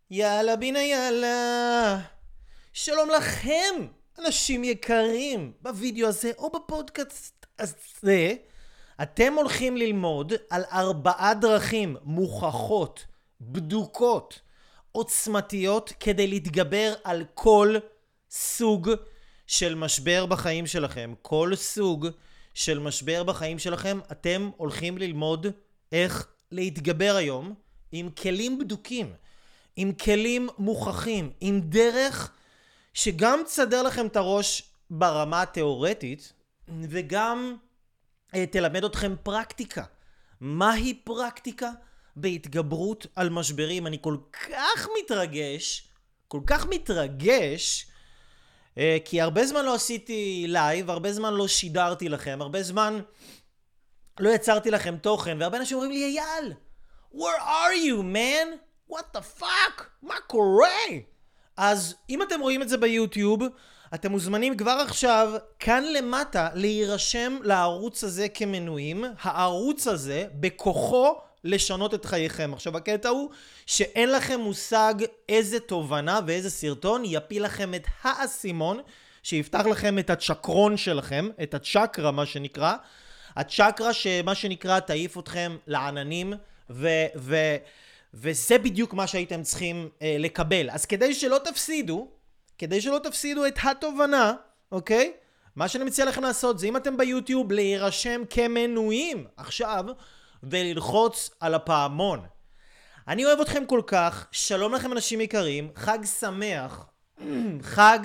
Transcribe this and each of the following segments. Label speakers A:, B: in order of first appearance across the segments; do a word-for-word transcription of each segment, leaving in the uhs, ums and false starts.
A: יאללה בינה יאללה. שלום לכם, אנשים יקרים. בווידאו הזה או בפודקאסט הזה, אתם הולכים ללמוד על ארבעה דרכים מוכחות, בדוקות, עוצמתיות, כדי להתגבר על כל סוג של משבר בחיים שלכם. כל סוג של משבר בחיים שלכם, אתם הולכים ללמוד איך להתגבר היום עם כלים בדוקים. עם כלים מוכחים, עם דרך שגם תסדר לכם את הראש ברמה התיאורטית, וגם אה, תלמד אתכם פרקטיקה. מהי פרקטיקה? בהתגברות על משברים. אני כל כך מתרגש, כל כך מתרגש, אה, כי הרבה זמן לא עשיתי לייב, הרבה זמן לא שידרתי לכם, הרבה זמן לא יצרתי לכם תוכן, והרבה אנשים אומרים לי, אייל, where are you, man? what the fuck? מה קורה? אז אם אתם רואים את זה ביוטיוב, אתם מוזמנים כבר עכשיו, כאן למטה, להירשם לערוץ הזה כמנויים. הערוץ הזה, בכוחו לשנות את חייכם. עכשיו, הקטע הוא שאין לכם מושג איזה תובנה ואיזה סרטון יפיל לכם את האסימון, שיפתח לכם את הצ'קרון שלכם, את הצ'קרה, מה שנקרא. הצ'קרה שמה שנקרא תעיף אתכם לעננים, ו... ו וזה בדיוק מה שהייתם צריכים אה, לקבל. אז כדי שלא תפסידו, כדי שלא תפסידו את התובנה, אוקיי? מה שאני מציע לכם לעשות זה אם אתם ביוטיוב להירשם כמנויים עכשיו וללחוץ על הפעמון. אני אוהב אתכם כל כך, שלום לכם אנשים יקרים, חג שמח, חג,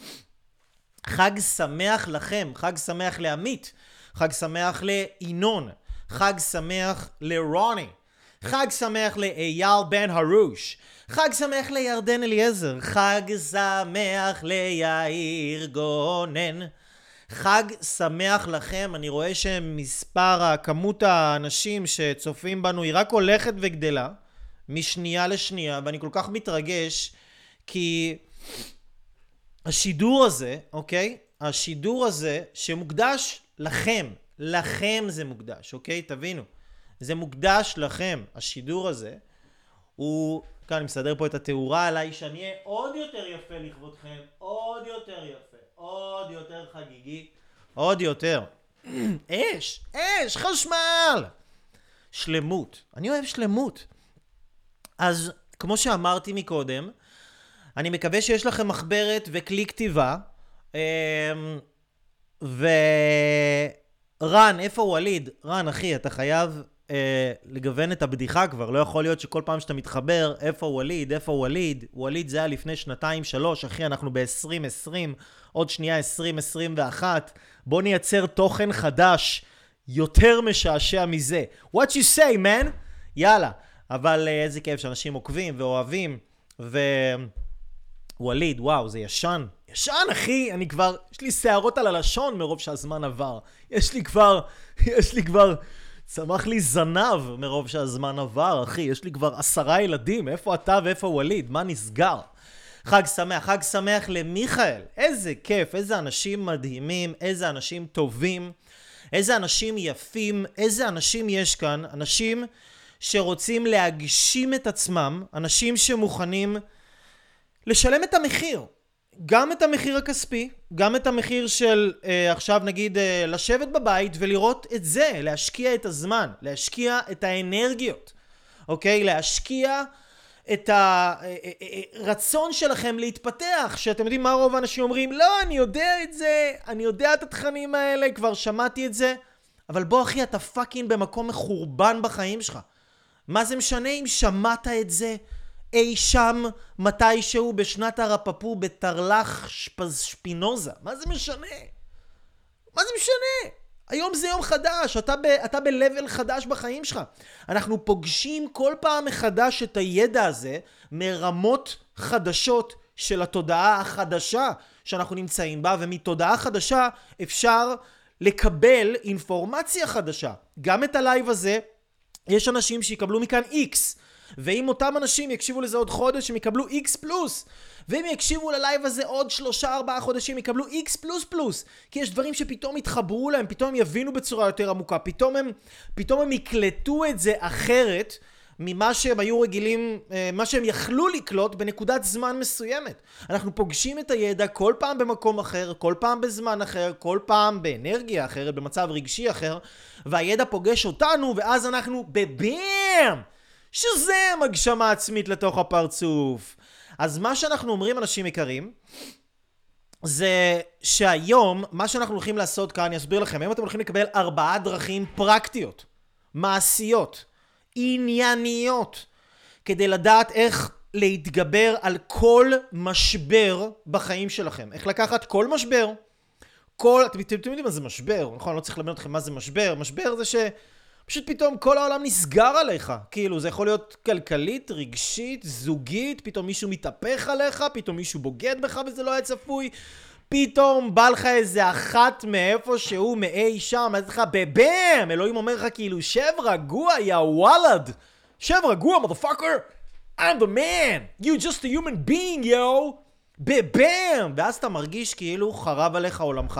A: חג שמח לכם, חג שמח לעמית, חג שמח לאינון, חג שמח לרוני. חג שמח לאייל בן הרוש, חג שמח לירדן אליעזר, חג שמח ליאיר גונן, חג שמח לכם. אני רואה שמספר, כמות האנשים שצופים בנו היא רק הולכת וגדלה משנייה לשנייה, ואני כל כך מתרגש כי השידור הזה, אוקיי? השידור הזה שמוקדש לכם, לכם זה מוקדש, אוקיי? תבינו. זה מוקדש לכם. השידור הזה הוא, כאן אני מסדר פה את התאורה עליי, שאני אהיה עוד יותר יפה לכבודכם, עוד יותר יפה, עוד יותר חגיגי, עוד יותר. אש, אש, חשמל. שלמות. אני אוהב שלמות. אז כמו שאמרתי מקודם, אני מקווה שיש לכם מחברת וכלי כתיבה, ורן, איפה ווליד? רן, אחי, אתה חייב אה, לגוון את הבדיחה כבר. לא יכול להיות שכל פעם שאתה מתחבר, איפה ווליד, איפה ווליד? ווליד זה היה לפני שנתיים, שלוש. אחי, אנחנו ב-עשרים עשרים, עוד שנייה עשרים עשרים ואחת. בוא נייצר תוכן חדש, יותר משעשע מזה. What you say, man? יאללה. אבל אה, איזה כיף שאנשים עוקבים ואוהבים. ווליד, וואו, זה ישן. ישן, אחי. אני כבר, יש לי שערות על הלשון מרוב שהזמן עבר. יש לי כבר, יש לי כבר, צמח לי זנב מרוב שהזמן עבר, אחי. יש לי כבר עשרה ילדים. איפה אתה ואיפה ווליד? מה נסגר? חג שמח, חג שמח למיכאל. איזה כיף, איזה אנשים מדהימים, איזה אנשים טובים, איזה אנשים יפים, איזה אנשים יש כאן. אנשים שרוצים להגשים את עצמם, אנשים שמוכנים לשלם את המחיר. גם את המחיר הכספי, גם את המחיר של אה, עכשיו נגיד אה, לשבת בבית ולראות את זה, להשקיע את הזמן, להשקיע את האנרגיות, אוקיי? להשקיע את הרצון שלכם להתפתח, שאתם יודעים מה רוב האנשים אומרים, לא, אני יודע את זה, אני יודע את התכנים האלה, כבר שמעתי את זה, אבל בוא אחי, אתה פאקינג במקום מחורבן בחיים שלך. מה זה משנה אם שמעת את זה אי שם מתישהו בשנת הרפפו בתרלח שפז שפינוזה? מה זה משנה? מה זה משנה? היום זה יום חדש, אתה, ב, אתה ב-level חדש בחיים שלך. אנחנו פוגשים כל פעם מחדש את הידע הזה מרמות חדשות של התודעה החדשה שאנחנו נמצאים בה, ומתודעה חדשה אפשר לקבל אינפורמציה חדשה. גם את הלייב הזה, יש אנשים שיקבלו מכאן X, ואם אותם אנשים יקשיבו לזה עוד חודש, הם יקבלו X פלוס. ואם יקשיבו ללייב הזה עוד שלושה ארבעה חודשים, יקבלו X פלוס פלוס. כי יש דברים שפתאום יתחברו להם, פתאום הם יבינו בצורה יותר עמוקה, פתאום הם, פתאום הם יקלטו את זה אחרת, ממה שהם היו רגילים, מה שהם יכלו לקלוט בנקודת זמן מסוימת. אנחנו פוגשים את הידע כל פעם במקום אחר, כל פעם בזמן אחר, כל פעם באנרגיה אחרת, במצב רגשי אחר, והידע פוגש אותנו, ואז אנחנו בבאם! שזה הגשמה עצמית לתוך הפרצוף. אז מה שאנחנו אומרים, אנשים יקרים, זה שהיום, מה שאנחנו הולכים לעשות כאן, אני אסביר לכם, היום אתם הולכים לקבל ארבעה דרכים פרקטיות, מעשיות, ענייניות, כדי לדעת איך להתגבר על כל משבר בחיים שלכם. איך לקחת כל משבר, כל, אתם, אתם, אתם יודעים מה זה משבר, נכון? אני לא צריך ללמד אתכם מה זה משבר. משבר זה שפשוט פתאום כל העולם נסגר עליך. כאילו, זה יכול להיות כלכלית, רגשית, זוגית, פתאום מישהו מתהפך עליך, פתאום מישהו בוגד בך וזה לא היה צפוי, פתאום בא לך איזה אחת מאיפה שהוא מאי שם, אז לך בבאם, אלוהים אומר לך כאילו, שב רגוע, יא וואלד, שב רגוע, motherfucker, I'm the man, you just a human being, yo, בבאם, ואז אתה מרגיש כאילו חרב עליך עולמך,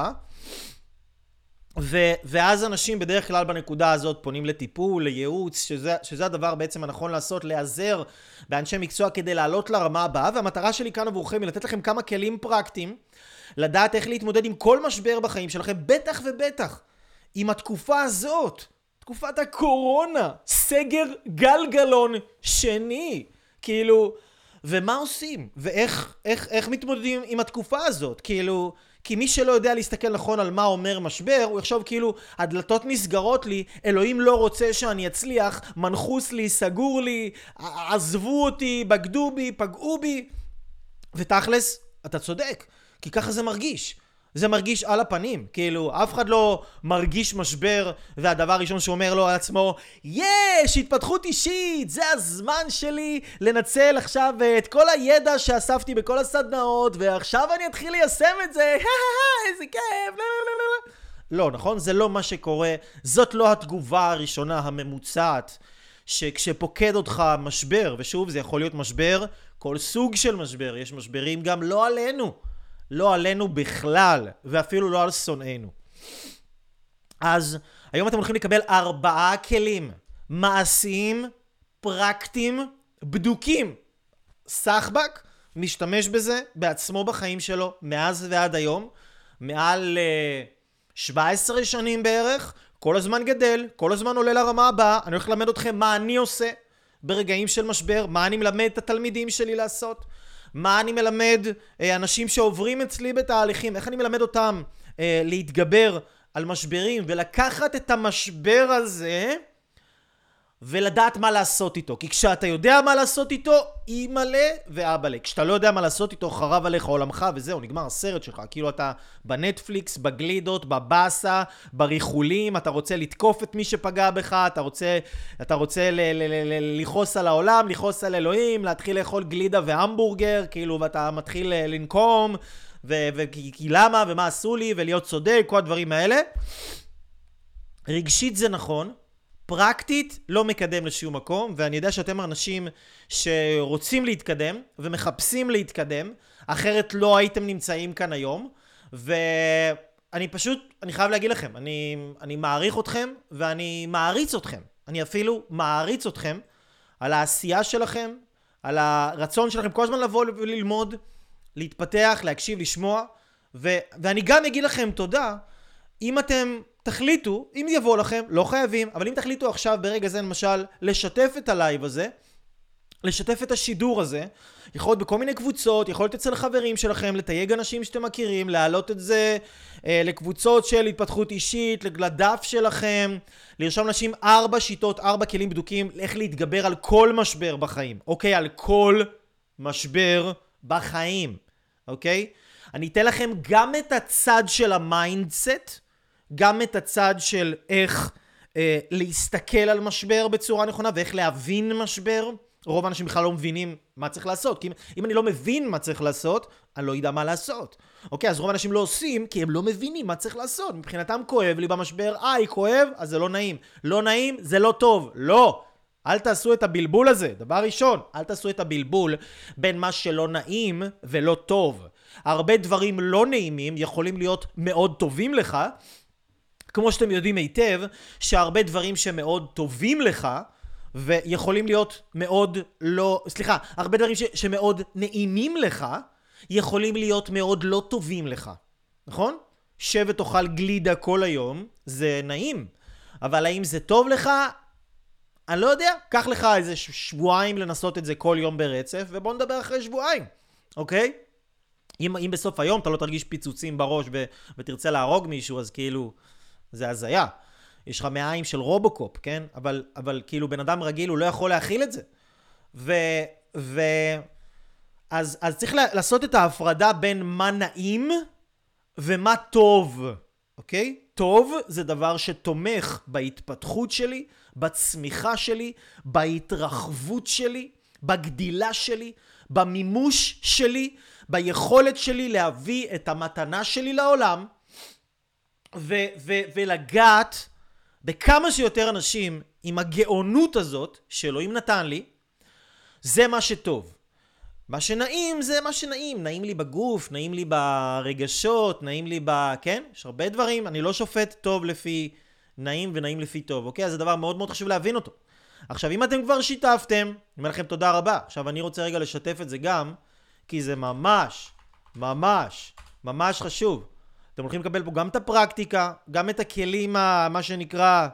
A: ו- ואז אנשים בדרך כלל בנקודה הזאת פונים לטיפול, לייעוץ, שזה, שזה הדבר בעצם הנכון לעשות, להיעזר באנשי מקצוע כדי לעלות לרמה הבאה, והמטרה שלי כאן עבורכם היא לתת לכם כמה כלים פרקטיים, לדעת איך להתמודד עם כל משבר בחיים שלכם, בטח ובטח עם התקופה הזאת, תקופת הקורונה, סגר גלגלון שני, כאילו, ומה עושים? ואיך איך, איך מתמודדים עם התקופה הזאת? כאילו, כי מי שלא יודע להסתכל נכון על מה אומר משבר, הוא יחשוב כאילו, הדלתות נסגרות לי, אלוהים לא רוצה שאני אצליח, מנחוס לי, סגור לי, עזבו אותי, בגדו בי, פגעו בי, ותכלס, אתה צודק. כי ככה זה מרגיש. זה מרגיש על הפנים. כאילו, אף אחד לא מרגיש משבר, והדבר הראשון שהוא אומר לו על עצמו, יש, התפתחות אישית, זה הזמן שלי לנצל עכשיו את כל הידע שאספתי בכל הסדנאות, ועכשיו אני אתחיל ליישם את זה, איזה כיף, לא, נכון? זה לא מה שקורה. זאת לא התגובה הראשונה הממוצעת, שכשפוקד אותך משבר, ושוב, זה יכול להיות משבר, כל סוג של משבר, יש משברים גם לא עלינו. לא עלינו בכלל, ואפילו לא על שונאינו. אז היום אתם הולכים לקבל ארבעה כלים מעשיים, פרקטיים, בדוקים. סחבק משתמש בזה בעצמו בחיים שלו, מאז ועד היום, מעל uh, שבע עשרה שנים בערך, כל הזמן גדל, כל הזמן עולה לרמה הבאה. אני הולך ללמד אתכם מה אני עושה ברגעים של משבר, מה אני מלמד את התלמידים שלי לעשות, מה אני מלמד אה, אנשים שעוברים אצלי בתהליכים, איך אני מלמד אותם אה, להתגבר על משברים ולקחת את המשבר הזה ולדעת מה לעשות איתו. כי כשאתה יודע מה לעשות איתו, אימא'לה ואבא'לה. כשאתה לא יודע מה לעשות איתו, חרב עליך עולמך וזהו, נגמר הסרט שלך. כאילו אתה בנטפליקס, בגלידות, בבאסה, בריחולים, אתה רוצה לתקוף את מי שפגע בך, אתה רוצה, אתה רוצה ל- ל- ל- ל- לכעוס על העולם, לכעוס על אלוהים, להתחיל לאכול גלידה והמבורגר, כאילו, ואתה מתחיל לנקום, ו- ו- כי למה, ומה עשו לי, ולהיות צודק, כל הדברים האלה. רגשית זה נכון. פרקטית לא מקדם לשום מקום, ואני יודע שאתם אנשים שרוצים להתקדם ומחפשים להתקדם, אחרת לא הייתם נמצאים כאן היום, ואני פשוט, אני חייב להגיד לכם, אני, אני מעריך אתכם ואני מעריץ אתכם, אני אפילו מעריץ אתכם על העשייה שלכם, על הרצון שלכם כל הזמן לבוא וללמוד, להתפתח, להקשיב, לשמוע, ו, ואני גם אגיד לכם תודה, אם אתם תחליטו, אם יבוא לכם, לא חייבים, אבל אם תחליטו עכשיו ברגע זה למשל לשתף את הלייב הזה, לשתף את השידור הזה, יכול להיות בכל מיני קבוצות, יכול להיות אצל חברים שלכם, לתייג אנשים שאתם מכירים, להעלות את זה אה, לקבוצות של התפתחות אישית, לדף שלכם, לרשום אנשים ארבע שיטות, ארבע כלים בדוקים, איך להתגבר על כל משבר בחיים, אוקיי? על כל משבר בחיים, אוקיי? אני אתן לכם גם את הצד של המיינדסט, גם את הצד של איך אה, להסתכל על משבר בצורה נכונה ואיך להבין משבר. רוב האנשים בכלל לא מבינים מה צריך לעשות, כי אם, אם אני לא מבין מה צריך לעשות, אני לא יודע מה לעשות. אוקיי, אז רוב האנשים לא עושים כי הם לא מבינים מה צריך לעשות. מבחינתם כואב לי במשבר, איי, כואב, אז זה לא נעים. לא נעים, זה לא טוב. לא. אל תעשו את הבלבול הזה. דבר ראשון, אל תעשו את הבלבול בין מה שלא נעים ולא טוב. הרבה דברים לא נעימים יכולים להיות מאוד טובים לך, כמו שאתם יודעים היטב, שהרבה דברים שמאוד טובים לך, ויכולים להיות מאוד לא, סליחה, הרבה דברים ש, שמאוד נעימים לך, יכולים להיות מאוד לא טובים לך, נכון? שב ותאכל גלידה כל היום, זה נעים, אבל האם זה טוב לך? אני לא יודע, קח לך איזה שבועיים לנסות את זה כל יום ברצף, ובוא נדבר אחרי שבועיים, אוקיי? אם, אם בסוף היום אתה לא תרגיש פיצוצים בראש ו, ותרצה להרוג מישהו, אז כאילו, זה הזיה. יש לך מעיים של רובוקופ, כן? אבל, אבל כאילו בן אדם רגיל הוא לא יכול להכיל את זה. ו... ו... אז, אז צריך לעשות את ההפרדה בין מה נעים ומה טוב, אוקיי? טוב זה דבר שתומך בהתפתחות שלי, בצמיחה שלי, בהתרחבות שלי, בגדילה שלי, במימוש שלי, ביכולת שלי להביא את המתנה שלי לעולם, ו- ו- ולגעת בכמה שיותר אנשים עם הגאונות הזאת שאלוהים נתן לי. זה מה שטוב. מה שנעים זה מה שנעים. נעים לי בגוף, נעים לי ברגשות, נעים לי ב... כן? יש הרבה דברים. אני לא שופט טוב לפי נעים ונעים לפי טוב. אוקיי? אז זה דבר מאוד מאוד חשוב להבין אותו. עכשיו, אם אתם כבר שיתפתם, אני אומר לכם תודה רבה. עכשיו, אני רוצה רגע לשתף את זה גם, כי זה ממש, ממש, ממש חשוב. אתם הולכים לקבל פה גם את הפרקטיקה, גם את הכלים, מה שנקרא,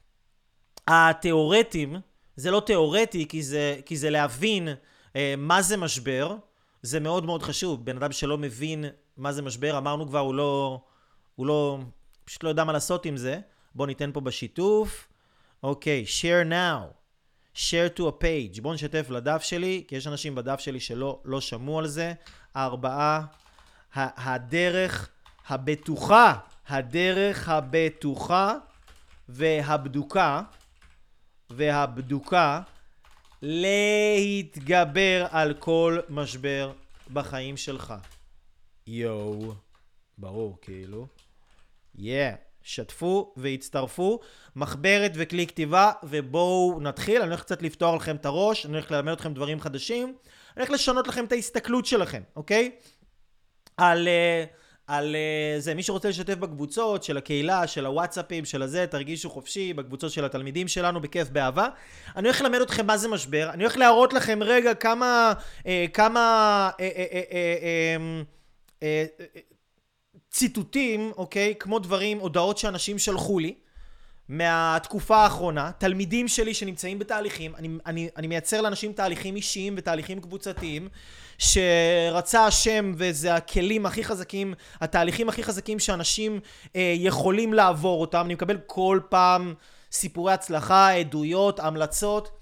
A: התיאורטיים. זה לא תיאורטי, כי זה, כי זה להבין אה, מה זה משבר. זה מאוד מאוד חשוב. בן אדם שלא מבין מה זה משבר, אמרנו כבר, הוא לא, הוא לא, פשוט לא יודע מה לעשות עם זה. בואו ניתן פה בשיתוף. אוקיי, share now. share to a page. בואו נשתף לדף שלי, כי יש אנשים בדף שלי שלא לא שמעו על זה. הארבעה, הדרך הבטוחה, הדרך הבטוחה והבדוקה, והבדוקה להתגבר על כל משבר בחיים שלך. יו, ברור כאילו. yeah. שתפו והצטרפו, מחברת וכלי כתיבה, ובואו נתחיל. אני הולך קצת לפתוח לכם את הראש, אני הולך ללמד אתכם דברים חדשים, אני הולך לשנות לכם את ההסתכלות שלכם, אוקיי? על, על זה, מי שרוצה לשתף בקבוצות של הקהילה, של הוואטסאפים, של הזה, תרגישו חופשי, בקבוצות של התלמידים שלנו, בכיף, באהבה. אני הולך ללמד אתכם מה זה משבר, אני הולך להראות לכם רגע כמה, כמה, אה, אה, אה, אה, אה, אה, ציטוטים, אוקיי? כמו דברים, הודעות שאנשים שלחו לי מהתקופה האחרונה, תלמידים שלי שנמצאים בתהליכים, אני, אני, אני מייצר לאנשים תהליכים אישיים ותהליכים קבוצתיים, שרצה השם, וזה הכלים הכי חזקים, התהליכים הכי חזקים שאנשים אה, יכולים לעבור אותם. אני מקבל כל פעם סיפורי הצלחה, עדויות, המלצות.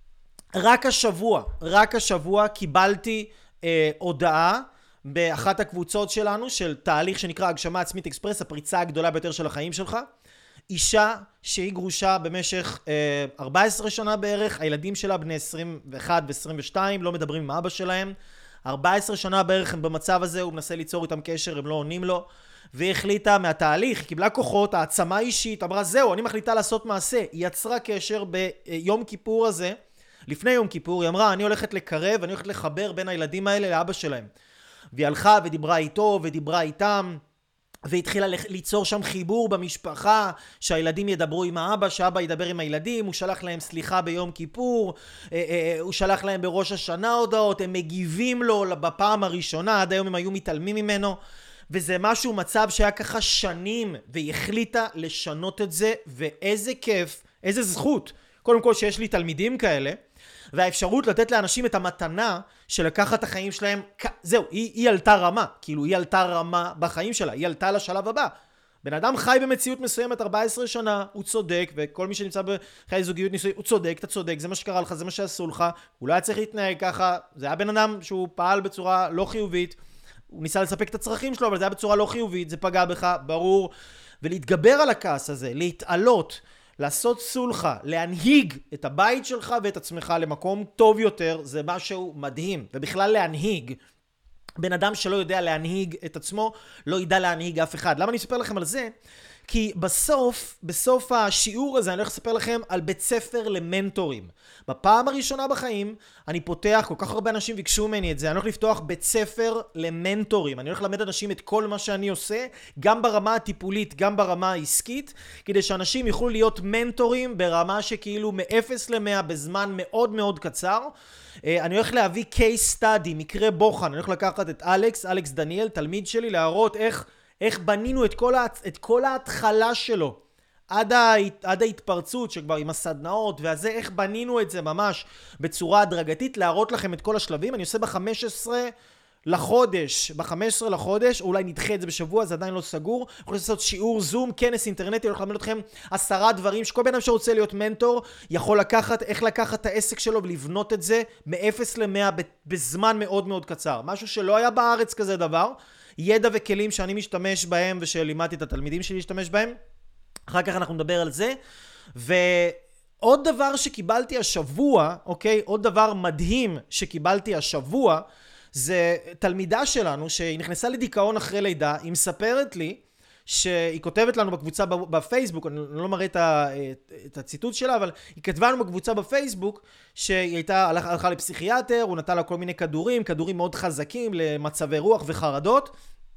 A: רק השבוע, רק השבוע קיבלתי אה, הודעה, באחת הקבוצות שלנו, של תהליך שנקרא הגשמה עצמית אקספרס, הפריצה הגדולה ביותר של החיים שלך. אישה שהיא גרושה במשך אה, ארבע עשרה שנה בערך, הילדים שלה בני עשרים ואחת ו-עשרים ושתיים, לא מדברים עם אבא שלהם. ארבע עשרה שנה בערך הם במצב הזה, הוא מנסה ליצור איתם קשר, הם לא עונים לו. והיא החליטה מהתהליך, היא קיבלה כוחות, העצמה אישית, אמרה זהו, אני מחליטה לעשות מעשה. היא יצרה קשר ביום כיפור הזה, לפני יום כיפור, היא אמרה אני הולכת לקרב, אני הולכת לחבר בין הילדים האלה לאבא שלהם. והיא הלכה ודיברה איתו ודיברה איתם, והתחילה ליצור שם חיבור במשפחה, שהילדים ידברו עם האבא, שאבא ידבר עם הילדים, הוא שלח להם סליחה ביום כיפור, הוא שלח להם בראש השנה הודעות, הם מגיבים לו בפעם הראשונה, עד היום הם היו מתעלמים ממנו, וזה משהו, מצב שהיה ככה שנים, והיא החליטה לשנות את זה, ואיזה כיף, איזה זכות, קודם כל שיש לי תלמידים כאלה, והאפשרות לתת לאנשים את המתנה של לקחת את החיים שלהם, זהו, היא, היא עלתה רמה, כאילו היא עלתה רמה בחיים שלה, היא עלתה לשלב הבא. בן אדם חי במציאות מסוימת ארבע עשרה שנה, הוא צודק, וכל מי שנמצא בחיי זוגיות ניסוי, הוא צודק, אתה צודק, זה מה שקרה לך, זה מה שעשו לך, הוא לא היה צריך להתנהג ככה, זה היה בן אדם שהוא פעל בצורה לא חיובית, הוא ניסה לספק את הצרכים שלו, אבל זה היה בצורה לא חיובית, זה פגע בך, ברור, ולהתגבר על הכעס הזה, להתעלות, לעשות סולחה, להנהיג את הבית שלך ואת עצמך למקום טוב יותר, זה משהו מדהים. ובכלל להנהיג, בן אדם שלא יודע להנהיג את עצמו, לא ידע להנהיג אף אחד. למה אני אספר לכם על זה? כי בסוף, בסוף השיעור הזה אני הולך לספר לכם על בית ספר למנטורים. בפעם הראשונה בחיים אני פותח, כל כך הרבה אנשים ביקשו ממני את זה, אני הולך לפתוח בית ספר למנטורים. אני הולך ללמד אנשים את כל מה שאני עושה, גם ברמה הטיפולית, גם ברמה העסקית, כדי שאנשים יוכלו להיות מנטורים ברמה שכאילו מ-אפס ל-מאה בזמן מאוד מאוד קצר. אני הולך להביא case study, מקרה בוחן. אני הולך לקחת את אלכס, אלכס דניאל, תלמיד שלי, להראות איך, איך בנינו את כל, ה, את כל ההתחלה שלו. עד, ה, עד ההתפרצות שכבר עם הסדנאות והזה, איך בנינו את זה ממש בצורה הדרגתית, להראות לכם את כל השלבים. אני עושה ב-חמישה עשר לחודש, ב-חמישה עשר לחודש, אולי נדחה את זה בשבוע, זה עדיין לא סגור. אני יכול לעשות שיעור זום, כנס אינטרנטי, אני הולך ללמד אתכם עשרה דברים שכל בן אדם שרוצה להיות מנטור יכול לקחת, איך לקחת את העסק שלו ולבנות את זה מ-אפס ל-מאה בזמן מאוד מאוד קצר. משהו שלא היה בארץ כזה דבר, ידע וכלים שאני משתמש בהם ושלימדתי את התלמידים שלי להשתמש בהם. אחר כך אנחנו נדבר על זה. ועוד דבר שקיבלתי השבוע, אוקיי? עוד דבר מדהים שקיבלתי השבוע, זה תלמידה שלנו שהיא נכנסה לדיכאון אחרי לידה. היא מספרת לי שהיא כותבת לנו בקבוצה בפייסבוק, אני לא מראה את, ה, את הציטוט שלה, אבל היא כתבה לנו בקבוצה בפייסבוק שהיא הייתה, הלכה, הלכה לפסיכיאטר, הוא נתן לה כל מיני כדורים, כדורים מאוד חזקים למצבי רוח וחרדות.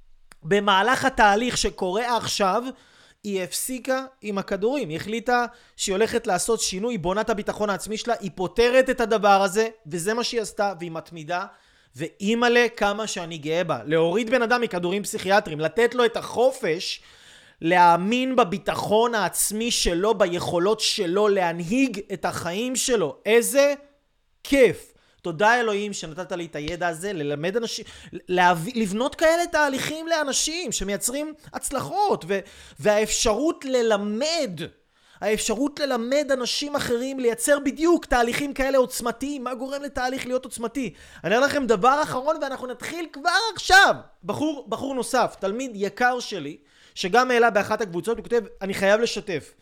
A: במהלך התהליך שקורה עכשיו, היא הפסיקה עם הכדורים, היא החליטה שהיא הולכת לעשות שינוי, בונה את הביטחון העצמי שלה, היא פותרת את הדבר הזה, וזה מה שהיא עשתה, והיא מתמידה, ואימאלה כמה שאני גאה בה. להוריד בן אדם מכדורים פסיכיאטרים, לתת לו את החופש, להאמין בביטחון העצמי שלו, ביכולות שלו, להנהיג את החיים שלו. איזה כיף. תודה אלוהים שנתת לי את הידע הזה, ללמד אנשים, להביא, לבנות כאלה תהליכים לאנשים שמייצרים הצלחות, ו, והאפשרות ללמד, האפשרות ללמד אנשים אחרים, לייצר בדיוק תהליכים כאלה עוצמתיים. מה גורם לתהליך להיות עוצמתי? אני אראה לכם דבר אחרון ואנחנו נתחיל כבר עכשיו. בחור, בחור נוסף, תלמיד יקר שלי, שגם העלה באחת הקבוצות, הוא כותב, אני חייב לשתף.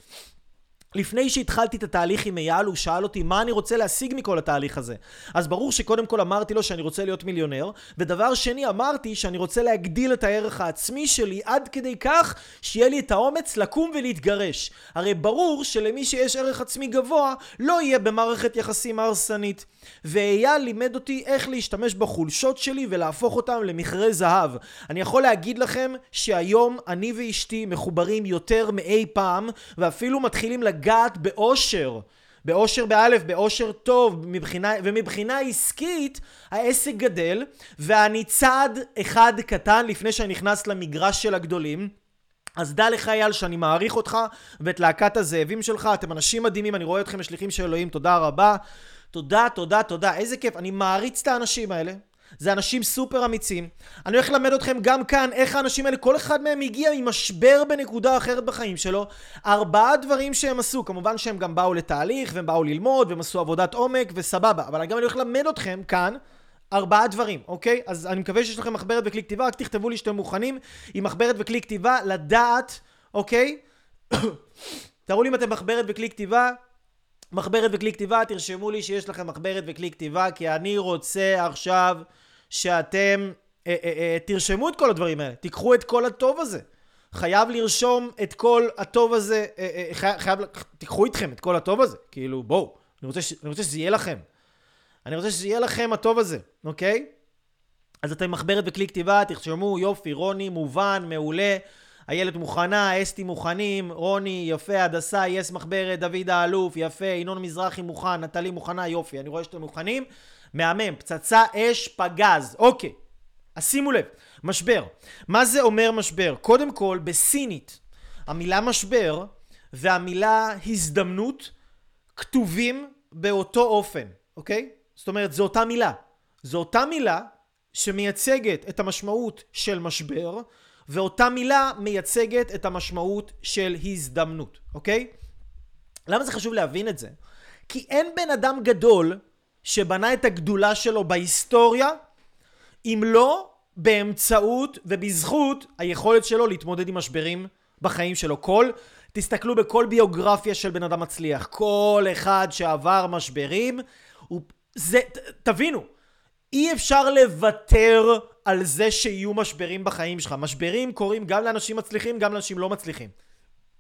A: לפני שהתחלתי את התהליך עם אייל, הוא שאל אותי מה אני רוצה להשיג מכל התהליך הזה. אז ברור שקודם כל אמרתי לו שאני רוצה להיות מיליונר, ודבר שני אמרתי שאני רוצה להגדיל את הערך העצמי שלי עד כדי כך שיהיה לי את האומץ לקום ולהתגרש. הרי ברור שלמי שיש ערך עצמי גבוה לא יהיה במערכת יחסים הרסנית. ואייל לימד אותי איך להשתמש בחולשות שלי ולהפוך אותם למכרה זהב. אני יכול להגיד לכם שהיום אני ואשתי מחוברים יותר מאי פעם, ואפילו מתחילים לגעת באושר. באושר באלף, באושר טוב, מבחינה, ומבחינה עסקית העסק גדל, ואני צעד אחד קטן לפני שאני נכנס למגרש של הגדולים. אז דע לך אייל שאני מעריך אותך ואת להקת הזאבים שלך, אתם אנשים מדהימים, אני רואה אתכם משליחים של אלוהים, תודה רבה. תודה, תודה, תודה, איזה כיף, אני מעריץ את האנשים האלה, זה אנשים סופר אמיצים. אני הולך ללמד אתכם גם כאן איך האנשים האלה, כל אחד מהם הגיע עם משבר בנקודה אחרת בחיים שלו. ארבעה דברים שהם עשו, כמובן שהם גם באו לתהליך והם באו ללמוד והם עשו עבודת עומק וסבבה, אבל גם אני הולך ללמד אתכם כאן ארבעה דברים, אוקיי? אז אני מקווה שיש לכם מחברת וכלי כתיבה, רק תכתבו לי שאתם מוכנים עם מחברת וכלי כתיבה לדעת, אוקיי? תראו לי אם אתם מחברת וכלי כתיבה, מחברת וכלי כתיבה, תרשמו לי שיש לכם מחברת וכלי כתיבה, כי אני רוצה עכשיו שאתם אה, אה, אה, תרשמו את כל הדברים האלה, תיקחו את כל הטוב הזה. חייב לרשום את כל הטוב הזה, אה, אה, חייב, חייב, תיקחו איתכם את כל הטוב הזה, כאילו בואו, אני רוצה, ש, אני רוצה שזה יהיה לכם. אני רוצה שזה יהיה לכם הטוב הזה, אוקיי? אז אתם מחברת וכלי כתיבה, תרשמו, יופי, רוני, מובן, מעולה, איילת מוכנה, אסתי מוכנים, רוני, יפה, הדסה, יס מחברת, דוד האלוף, יפה, ינון מזרחי מוכן, נטלי מוכנה, יופי, אני רואה שאתם מוכנים, מהמם, פצצה, אש, פגז, אוקיי, אז שימו לב, משבר, מה זה אומר משבר? קודם כל, בסינית, המילה משבר והמילה הזדמנות כתובים באותו אופן, אוקיי? זאת אומרת, זו אותה מילה, זו אותה מילה שמייצגת את המשמעות של משבר, ואותה מילה מייצגת את המשמעות של הזדמנות, אוקיי? למה זה חשוב להבין את זה? כי אין בן אדם גדול שבנה את הגדולה שלו בהיסטוריה, אם לא באמצעות ובזכות היכולת שלו להתמודד עם משברים בחיים שלו. כל, תסתכלו בכל ביוגרפיה של בן אדם מצליח, כל אחד שעבר משברים, הוא, זה, ת, תבינו, אי אפשר לוותר על זה שיהיו משברים בחיים שלך. משברים קורים גם לאנשים מצליחים, גם לאנשים לא מצליחים.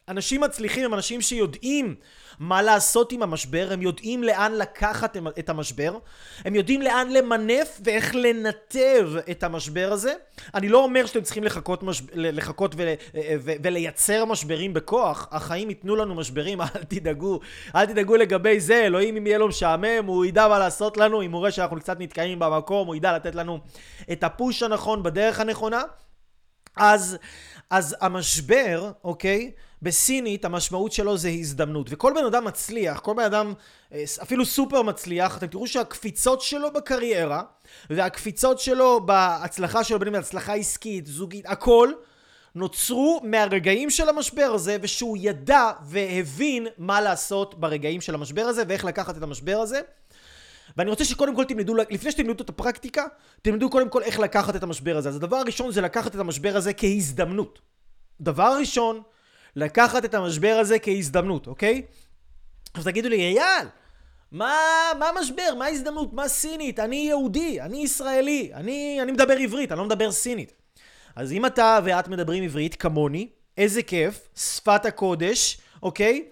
A: אנשים מצליחים הם אנשים שיודעים מה לעשות עם המשבר, הם יודעים לאן לקחת את המשבר, הם יודעים לאן למנף ואיך לנתב את המשבר הזה. אני לא אומר שאתם צריכים לחכות, משב... לחכות ול... ו... ולייצר משברים בכוח, החיים ייתנו לנו משברים, אל תדאגו, אל תדאגו לגבי זה, אלוהים אם יהיה לו משעמם, הוא ידע מה לעשות לנו, אם הוא רואה שאנחנו קצת נתקעים במקום, הוא ידע לתת לנו את הפוש הנכון בדרך הנכונה. אז, אז המשבר, אוקיי, בסינית המשמעות שלו זה הזדמנות, וכל בן אדם מצליח, כל בן אדם אפילו סופר מצליח, אתם תראו שהקפיצות שלו בקריירה, והקפיצות שלו בהצלחה שלו, בין אם הצלחה עסקית, זוגית, הכל, נוצרו מהרגעים של המשבר הזה, ושהוא ידע והבין מה לעשות ברגעים של המשבר הזה, ואיך לקחת את המשבר הזה. ואני רוצה שקודם כל תלמדו, לפני שתלמדו את הפרקטיקה, תלמדו קודם כל איך לקחת את המשבר הזה. אז הדבר הראשון זה לקחת את המשבר הזה כהזדמנות. דבר ראשון, לקחת את המשבר הזה כהזדמנות, אוקיי? אז תגידו לי, אייל, מה, מה המשבר? מה ההזדמנות? מה סינית? אני יהודי, אני ישראלי, אני, אני מדבר עברית, אני לא מדבר סינית. אז אם אתה ואת מדברים עברית כמוני, איזה כיף, שפת הקודש, אוקיי?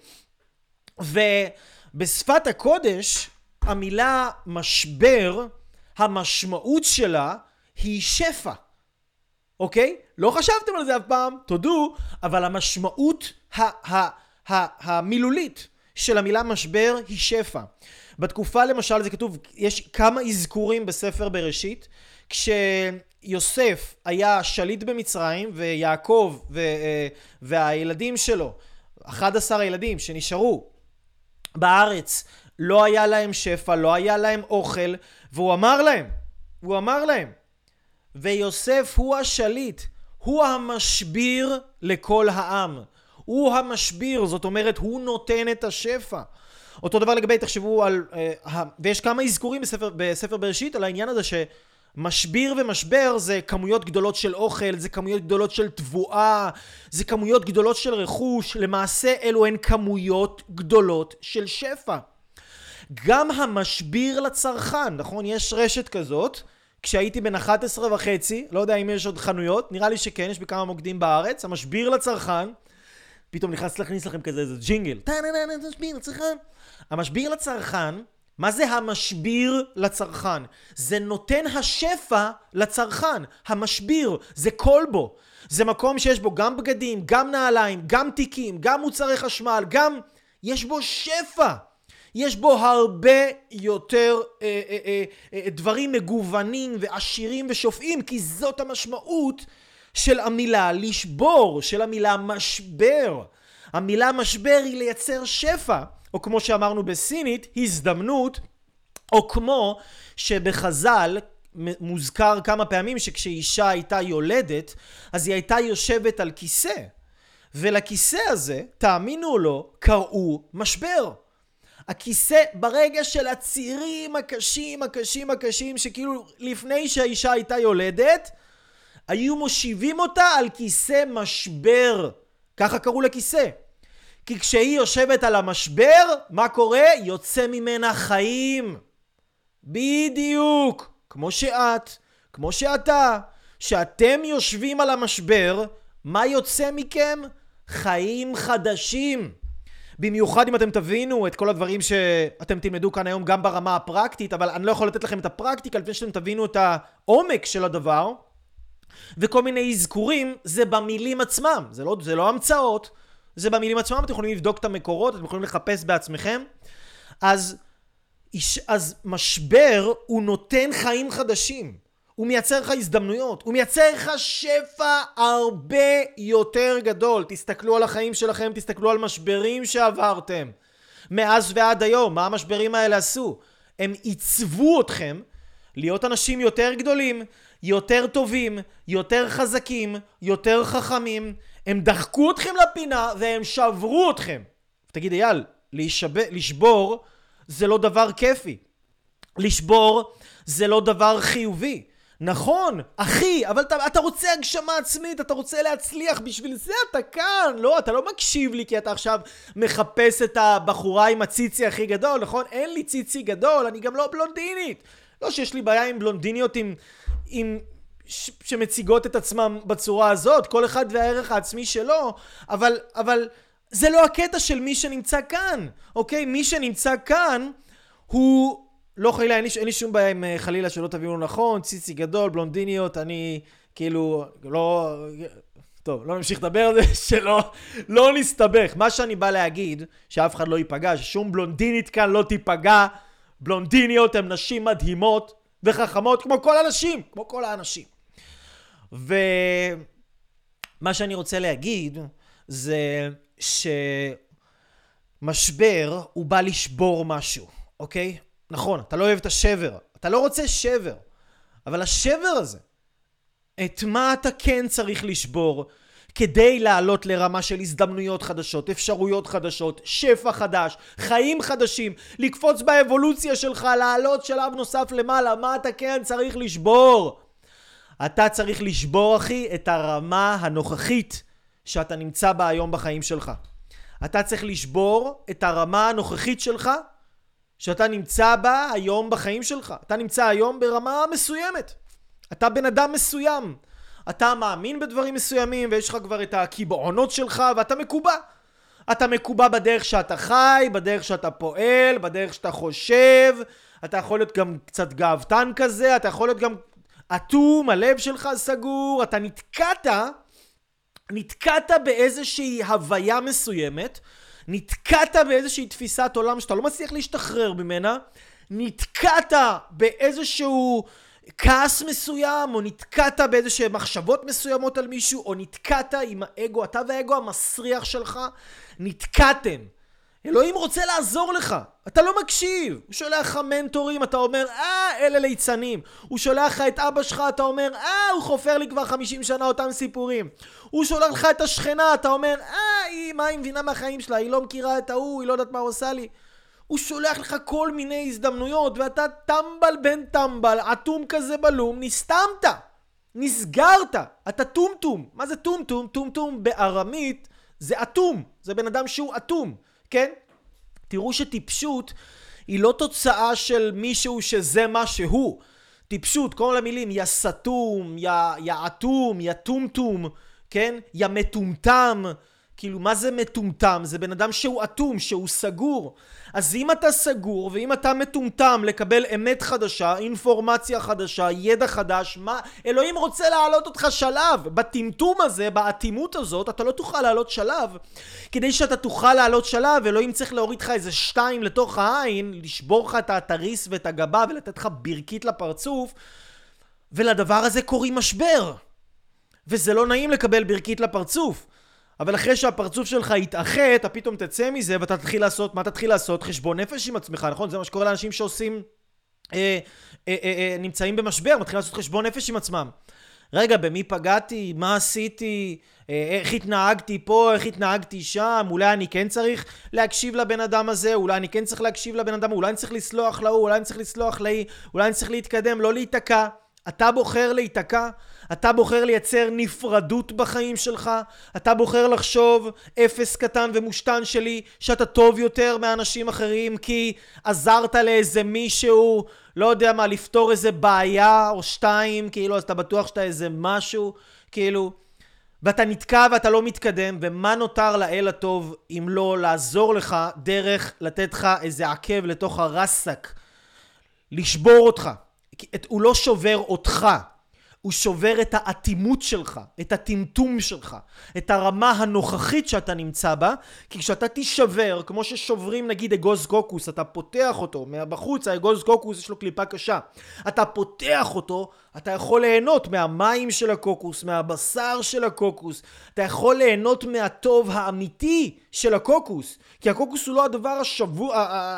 A: ובשפת הקודש, המילה משבר, המשמעות שלה היא שפע. אוקיי? לא חשבתם על זה אף פעם, תודו, אבל המשמעות ה- ה- ה- המילולית של המילה משבר היא שפע. בתקופה למשל זה כתוב, יש כמה אזכורים בספר בראשית, כשיוסף היה שליט במצרים ויעקב ו- והילדים שלו, אחד עשר הילדים שנשארו בארץ, לא היה להם שפע, לא היה להם אוכל, והוא אמר להם, הוא אמר להם, ויוסף הוא השליט, הוא המשביר לכל העם. הוא המשביר, זאת אומרת, הוא נותן את השפע. אותו דבר לגבי, תחשבו על, אה, ויש כמה אזכורים בספר, בספר בראשית על העניין הזה שמשביר ומשבר זה כמויות גדולות של אוכל, זה כמויות גדולות של תבואה, זה כמויות גדולות של רכוש, למעשה אלו הן כמויות גדולות של שפע. גם המשביר לצרכן, נכון? יש רשת כזאת, כשהייתי בן אחת עשרה וחצי, לא יודע אם יש עוד חנויות, נראה לי שכן, יש בכמה מוקדים בארץ, המשביר לצרכן, פתאום נכנס להכניס לכם כזה, זה ג'ינגל, המשביר לצרכן. המשביר לצרכן, מה זה המשביר לצרכן? זה נותן השפע לצרכן, המשביר, זה קולבו, זה מקום שיש בו גם בגדים, גם נעליים, גם תיקים, גם מוצרי חשמל, גם, יש בו שפע. יש בו הרבה יותר אה, אה, אה, אה, דברים מגוונים ועשירים ושופעים, כי זאת המשמעות של המילה לשבור, של המילה משבר. המילה משבר היא לייצר שפע, או כמו שאמרנו בסינית, הזדמנות, או כמו שבחז"ל מוזכר כמה פעמים שכשאישה הייתה יולדת, אז היא הייתה יושבת על כיסא, ולכיסא הזה, תאמינו או לא, קראו משבר. הכיסא ברגע של הצירים הקשים, הקשים, הקשים, שכאילו לפני שהאישה הייתה יולדת, היו מושיבים אותה על כיסא משבר. ככה קראו לכיסא. כי כשהיא יושבת על המשבר, מה קורה? יוצא ממנה חיים. בדיוק. כמו שאת, כמו שאתה, שאתם יושבים על המשבר, מה יוצא מכם? חיים חדשים. במיוחד אם אתם תבינו את כל הדברים שאתם תלמדו כאן היום גם ברמה הפרקטית, אבל אני לא יכול לתת לכם את הפרקטיקה לפני שאתם תבינו את העומק של הדבר, וכל מיני אזכורים זה במילים עצמם, זה לא, זה לא המצאות, זה במילים עצמם, אתם יכולים לבדוק את המקורות, אתם יכולים לחפש בעצמכם. אז, אז משבר הוא נותן חיים חדשים, הוא מייצר לך הזדמנויות, הוא מייצר לך שפע הרבה יותר גדול. תסתכלו על החיים שלכם, תסתכלו על משברים שעברתם מאז ועד היום. מה המשברים האלה עשו? הם עיצבו אתכם להיות אנשים יותר גדולים, יותר טובים, יותר חזקים, יותר חכמים. הם דחקו אתכם לפינה והם שברו אתכם. תגיד אייל, לשב... לשבור זה לא דבר כיפי, לשבור זה לא דבר חיובי. נכון, אחי, אבל אתה, אתה רוצה הגשמה עצמית, אתה רוצה להצליח, בשביל זה אתה כאן. לא, אתה לא מקשיב לי כי אתה עכשיו מחפש את הבחורה עם הציצי הכי גדול, נכון? אין לי ציצי גדול, אני גם לא בלונדינית. לא שיש לי בעיה עם בלונדיניות עם, עם, ש, שמציגות את עצמם בצורה הזאת, כל אחד והערך העצמי שלו, אבל, אבל זה לא הקטע של מי שנמצא כאן, אוקיי? מי שנמצא כאן הוא לא חלילה, אין לי, אין לי שום בעיה עם חלילה שלא תבינו נכון, ציצי גדול, בלונדיניות, אני כאילו לא... טוב, לא נמשיך לדבר על זה, שלא לא נסתבך. מה שאני בא להגיד, שאף אחד לא ייפגע, ששום בלונדינית כאן לא תיפגע. בלונדיניות הן נשים מדהימות וחכמות כמו כל האנשים, כמו כל האנשים. ומה שאני רוצה להגיד זה שמשבר הוא בא לשבור משהו, אוקיי? נכון, אתה לא אוהב את השבר, אתה לא רוצה שבר, אבל השבר הזה, את מה אתה כן צריך לשבור כדי לעלות לרמה של הזדמנויות חדשות, אפשרויות חדשות, שפע חדש, חיים חדשים, לקפוץ באבולוציה שלך, לעלות שלב נוסף למעלה. מה אתה כן צריך לשבור? אתה צריך לשבור, אחי, את הרמה הנוכחית שאתה נמצא בה היום בחיים שלך. אתה צריך לשבור את הרמה הנוכחית שלך שאתה נמצא בה היום בחיים שלך. אתה נמצא היום ברמה מסוימת. אתה בן אדם מסוים. אתה מאמין בדברים מסוימים ויש לך כבר את הקיבעונות שלך ואתה מקובע. אתה מקובע בדרך שאתה חי, בדרך שאתה פועל, בדרך שאתה חושב. אתה יכול להיות גם קצת גאוותן כזה, אתה יכול להיות גם אטום, הלב שלך סגור. אתה נתקעת, נתקעת באיזושהי הוויה מסוימת, נתקעת באיזושהי תפיסת עולם שאתה לא מצליח להשתחרר ממנה, נתקעת באיזשהו כעס מסוים, או נתקעת באיזושהי מחשבות מסוימות על מישהו, או נתקעת עם האגו, אתה והאגו המסריח שלך, נתקעתם. אלוהים רוצה לעזור לך, אתה לא מקשיב. הוא שולח לך מנטורים, אתה אומר, אה, אלה ליצנים. הוא שולח לך את אבא שלך, אתה אומר, אה, הוא חופר לי כבר חמישים שנה אותם סיפורים. הוא שולח לך את השכנה, אתה אומר, אה, היא, מה היא מבינה מהחיים שלה? היא לא מכירה את ההוא, היא לא יודעת מה הוא עושה לי. הוא שולח לך כל מיני הזדמנויות, ואתה טמבל בן טמבל, אטום כזה בלום, נסתמת, נסגרת, אתה טומטום. מה זה טומטום? טומטום בארמית זה אטום, זה בן אדם שהוא אטום, כן? תראו שטיפשות היא לא תוצאה של מישהו שזה מה שהוא. טיפשות, כל המילים, יא סתום, יא, יא אטום, יא טומטום, כן? יא מטומטם. כאילו, מה זה מטומטם? זה בן אדם שהוא אטום, שהוא סגור. אז אם אתה סגור, ואם אתה מטומטם לקבל אמת חדשה, אינפורמציה חדשה, ידע חדש, מה? אלוהים רוצה להעלות אותך שלב. בטמטום הזה, באטימות הזאת, אתה לא תוכל להעלות שלב. כדי שאתה תוכל להעלות שלב, אלוהים צריך להוריד לך איזה שתיים לתוך העין, לשבור לך את התריס ואת הגבה, ולתת לך ברכית לפרצוף, ולדבר הזה קוראים משבר. וזה לא נעים לקבל ברכית לפרצוף. אבל אחרי שהפרצוף שלך יתאחד, אתה פתאום תצא מזה ואתה תתחיל לעשות, מה תתחיל לעשות? חשבון נפש עם עצמך, נכון? זה מה שקורה לאנשים שעושים, אה, אה, אה, אה, נמצאים במשבר, מתחילים לעשות חשבון נפש עם עצמם. רגע, במי פגעתי? מה עשיתי? אה, איך התנהגתי פה? איך התנהגתי שם? אולי אני כן צריך להקשיב לבן אדם הזה? אולי אני כן צריך להקשיב לבן אדם? אולי אני צריך לסלוח להוא? אולי אני צריך לסלוח להיא? אולי אני צריך להתקדם? לא להיתקע. אתה בוחר להיתקע, אתה בוחר לייצר נפרדות בחיים שלך, אתה בוחר לחשוב אפס קטן ומושתן שלי שאתה טוב יותר מאנשים אחרים כי עזרת לאיזה מישהו, לא יודע מה, לפתור איזה בעיה או שתיים, כאילו, אז אתה בטוח שאתה איזה משהו, כאילו, ואתה נתקע ואתה לא מתקדם, ומה נותר לאל הטוב אם לא לעזור לך דרך לתת לך איזה עקב לתוך הרסק, לשבור אותך. הוא לא שובר אותך, הוא שובר את האטימות שלך, את הטמטום שלך, את הרמה הנוכחית שאתה נמצא בה, כי כשאתה תישבר, כמו ששוברים נגיד אגוז קוקוס, אתה פותח אותו, מהבחוץ האגוז קוקוס יש לו קליפה קשה, אתה פותח אותו, אתה יכול ליהנות מהמים של הקוקוס, מהבשר של הקוקוס, אתה יכול ליהנות מהטוב האמיתי של הקוקוס, כי הקוקוס הוא לא הדבר השבוע,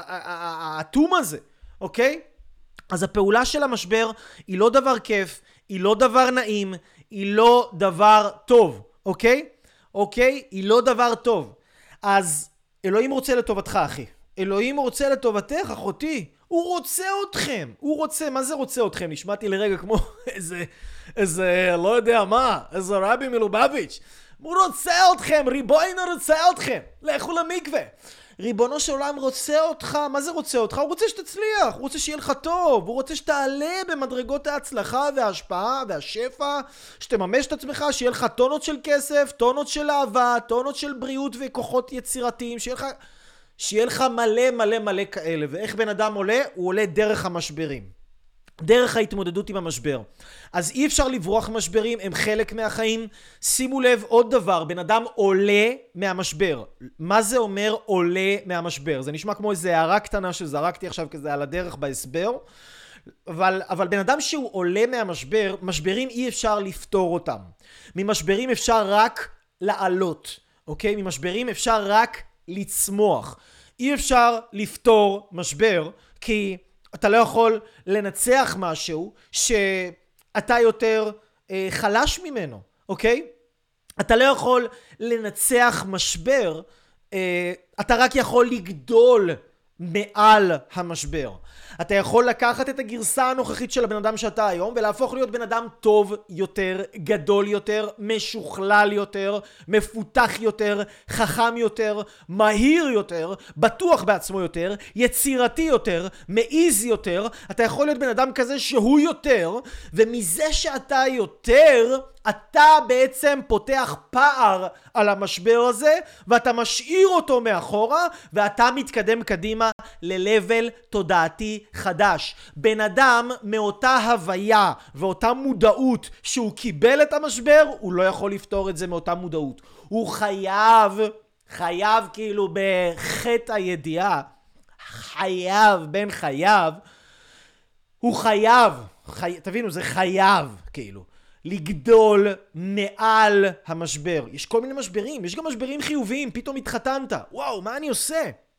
A: האטום הזה, אוקיי? אז הפעולה של המשבר היא לא דבר כיף, היא לא דבר נעים, היא לא דבר טוב, אוקיי? אוקיי? היא לא דבר טוב. אז אלוהים רוצה לטובתך, אחי. אלוהים רוצה לטובתך, אחותי. הוא רוצה אתכם. הוא רוצה, מה זה רוצה אתכם? נשמעתי לרגע כמו איזה, איזה, לא יודע מה, איזה רבי מלובביץ'. הוא רוצה אתכם, ריבונו רוצה אתכם. לכו למקווה. ריבונו של עולם רוצה אותך. מה זה רוצה אותך? הוא רוצה שתצליח, הוא רוצה שיהיה לך טוב, הוא רוצה שתעלה במדרגות ההצלחה וההשפעה והשפע, שתממש את עצמך, שיהיה לך טונות של כסף, טונות של אהבה, טונות של בריאות וכוחות יצירתיים, שיהיה לך, שיהיה לך מלא מלא מלא כאלה. ואיך בן אדם עולה? הוא עולה דרך המשברים, דרך ההתמודדות עם המשבר. אז אי אפשר לברוח משברים, הם חלק מהחיים. שימו לב עוד דבר, בן אדם עולה מהמשבר. מה זה אומר עולה מהמשבר? זה נשמע כמו איזו הערה קטנה שזרקתי עכשיו כזה על הדרך בהסבר, אבל, אבל בן אדם שהוא עולה מהמשבר, משברים אי אפשר לפתור אותם. ממשברים אפשר רק לעלות, אוקיי? ממשברים אפשר רק לצמוח. אי אפשר לפתור משבר, כי אתה לא יכול לנצח משהו שאתה יותר אה, חלש ממנו, אוקיי? אתה לא יכול לנצח משבר, אה, אתה רק יכול לגדול מעל המשבר. אתה יכול לקחת את הגרסה הנוכחית של הבן אדם שאתה היום ולהפוך להיות בן אדם טוב יותר, גדול יותר, משוכלל יותר, מפותח יותר, חכם יותר, מהיר יותר, בטוח בעצמו יותר, יצירתי יותר, מעיז יותר. אתה יכול להיות בן אדם כזה שהוא יותר, ומזה שאתה יותר, אתה בעצם פותח פער על המשבר הזה, ואתה משאיר אותו מאחורה, ואתה מתקדם קדימה ללבל תודעתי חדש. בן אדם מאותה הוויה ואותה מודעות שהוא קיבל את המשבר, הוא לא יכול לפתור את זה מאותה מודעות. הוא חייב, חייב כאילו בחטא הידיעה, חייב, בן חייב, הוא חייב, חי... תבינו, זה חייב כאילו. לגדול מעל המשבר. יש כל מיני משברים, יש גם משברים חיוביים. פתאום התחתנת, וואו, מה אני עושה?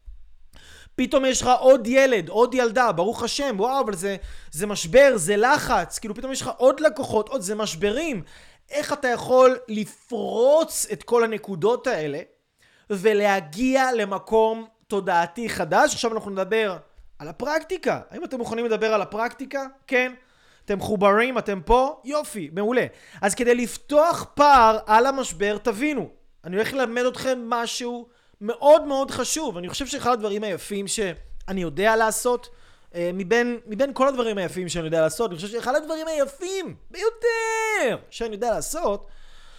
A: פתאום יש לך עוד ילד, עוד ילדה, ברוך השם, וואו, אבל זה, זה משבר, זה לחץ, כאילו פתאום יש לך עוד לקוחות, עוד, זה משברים. איך אתה יכול לפרוץ את כל הנקודות האלה ולהגיע למקום תודעתי חדש? עכשיו אנחנו נדבר על הפרקטיקה. האם אתם מוכנים לדבר על הפרקטיקה? כן. אתם חוברים, אתם פה? יופי, מעולה. אז כדי לפתוח פער על המשבר, תבינו, אני הולך ללמד אתכם משהו מאוד מאוד חשוב. אני חושב שאחד הדברים היפים שאני יודע לעשות, מבין, מבין כל הדברים היפים שאני יודע לעשות, אני חושב שאחד הדברים היפים ביותר שאני יודע לעשות,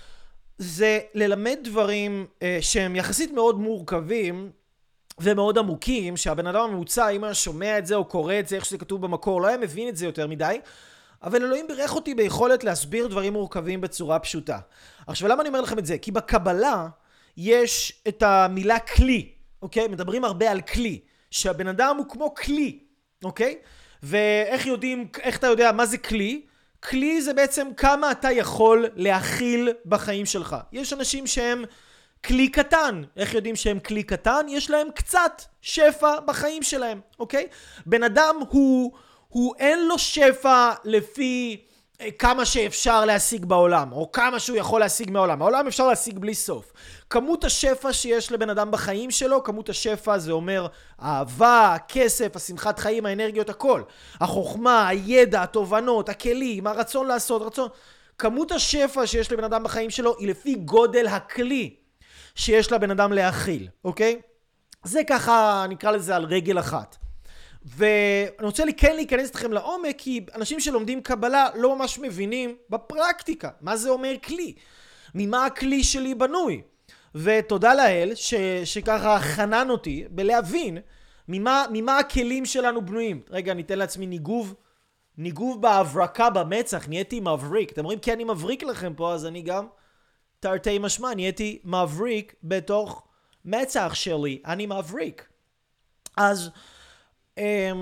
A: זה ללמד דברים שהם יחסית מאוד מורכבים, ומאוד עמוקים, שהבן אדם הממוצע, אם היה שומע את זה או קורא את זה, איך שזה כתוב במקור, לא היה מבין את זה יותר מדי, אבל אלוהים בירך אותי ביכולת להסביר דברים מורכבים בצורה פשוטה. עכשיו, למה אני אומר לכם את זה? כי בקבלה יש את המילה כלי, אוקיי? מדברים הרבה על כלי, שהבן אדם הוא כמו כלי, אוקיי? ואיך יודעים, איך אתה יודע מה זה כלי? כלי זה בעצם כמה אתה יכול להכיל בחיים שלך. יש אנשים שהם כלי קטן. איך יודעים שהם כלי קטן? יש להם קצת שפע בחיים שלהם, אוקיי? בן אדם הוא, הוא אין לו שפע לפי כמה שאפשר להשיג בעולם, או כמה שהוא יכול להשיג מהעולם. העולם אפשר להשיג בלי סוף. כמות השפע שיש לבן אדם בחיים שלו, כמות השפע זה אומר אהבה, הכסף, השמחת חיים, האנרגיות, הכל. החוכמה, הידע, התובנות, הכלים, הרצון לעשות, רצון. כמות השפע שיש לבן אדם בחיים שלו היא לפי גודל הכלי שיש לבן אדם להכיל, אוקיי? זה ככה, נקרא לזה על רגל אחת. ואני רוצה לי כן להיכנס אתכם לעומק, כי אנשים שלומדים קבלה לא ממש מבינים בפרקטיקה מה זה אומר כלי, ממה הכלי שלי בנוי. ותודה לאל ש, שככה חנן אותי בלהבין ממה, ממה הכלים שלנו בנויים. רגע, ניתן לעצמי ניגוב, ניגוב בהברקה במצח, נהייתי מבריק. אתם רואים? כי אני מבריק לכם פה, אז אני גם תרתי משמע, נהייתי מבריק בתוך מצח שלי, אני מבריק. אז Um,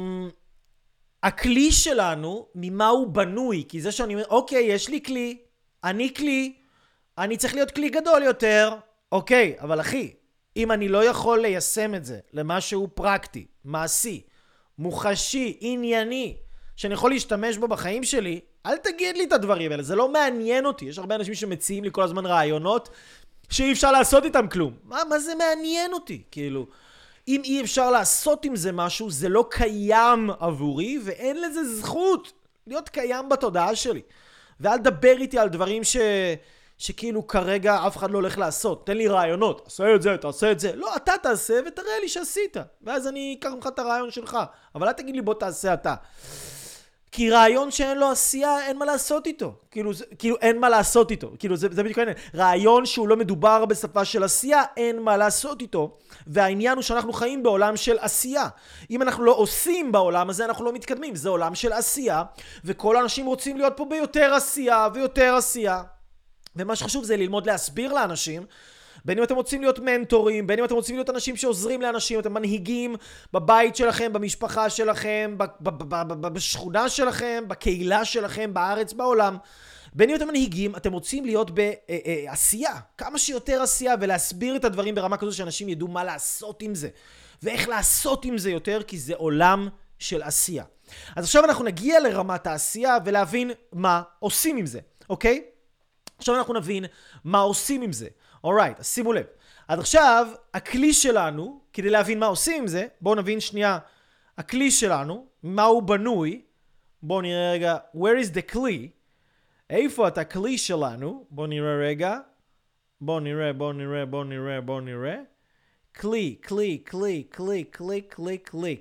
A: הכלי שלנו, ממה הוא בנוי? כי זה שאני אומר, אוקיי, יש לי כלי, אני כלי, אני צריך להיות כלי גדול יותר, אוקיי, אבל אחי, אם אני לא יכול ליישם את זה למשהו פרקטי, מעשי, מוחשי, ענייני, שאני יכול להשתמש בו בחיים שלי, אל תגיד לי את הדברים האלה, זה לא מעניין אותי. יש הרבה אנשים שמציעים לי כל הזמן רעיונות שאי אפשר לעשות איתם כלום. מה, מה זה מעניין אותי? כאילו, אם אי אפשר לעשות עם זה משהו, זה לא קיים עבורי, ואין לזה זכות להיות קיים בתודעה שלי. ואל דבר איתי על דברים ש... שכאילו כרגע אף אחד לא הולך לעשות. תן לי רעיונות, תעשה את זה, תעשה את זה. לא, אתה תעשה ותראה לי שעשית. ואז אני אקח ממך את הרעיון שלך. אבל אל תגיד לי בוא תעשה אתה. כי רעיון שאין לו עשייה, אין מה לעשות איתו. כאילו, זה, כאילו אין מה לעשות איתו. כאילו, זה, זה בדיוק העניין. רעיון שהוא לא מדובר בשפה של עשייה, אין מה לעשות איתו. והעניין הוא שאנחנו חיים בעולם של עשייה. אם אנחנו לא עושים בעולם הזה, אנחנו לא מתקדמים. זה עולם של עשייה, וכל האנשים רוצים להיות פה ביותר עשייה ויותר עשייה. ומה שחשוב זה ללמוד להסביר לאנשים, בין אם אתם רוצים להיות מנטורים, בין אם אתם רוצים להיות אנשים שעוזרים לאנשים, אתם מנהיגים בבית שלכם, במשפחה שלכם, בשכונה שלכם, בקהילה שלכם, בארץ, בעולם. בין אם אתם מנהיגים, אתם רוצים להיות בעשייה, כמה שיותר עשייה, ולהסביר את הדברים ברמה כזו שאנשים ידעו מה לעשות עם זה, ואיך לעשות עם זה יותר, כי זה עולם של עשייה. אז עכשיו אנחנו נגיע לרמת העשייה, ולהבין מה עושים עם זה, אוקיי? עכשיו אנחנו נבין מה עושים עם זה. אורייט, אז שימו לב. עד עכשיו, הכלי שלנו, כדי להבין מה עושים עם זה, בואו נבין שנייה, הכלי שלנו, מה הוא בנוי, בואו נראה רגע, where is the כלי? איפה את הכלי שלנו? בואו נראה רגע, בואו נראה, בואו נראה, בואו נראה, בואו נראה. כלי, כלי, כלי, כלי, כלי, כלי, כלי.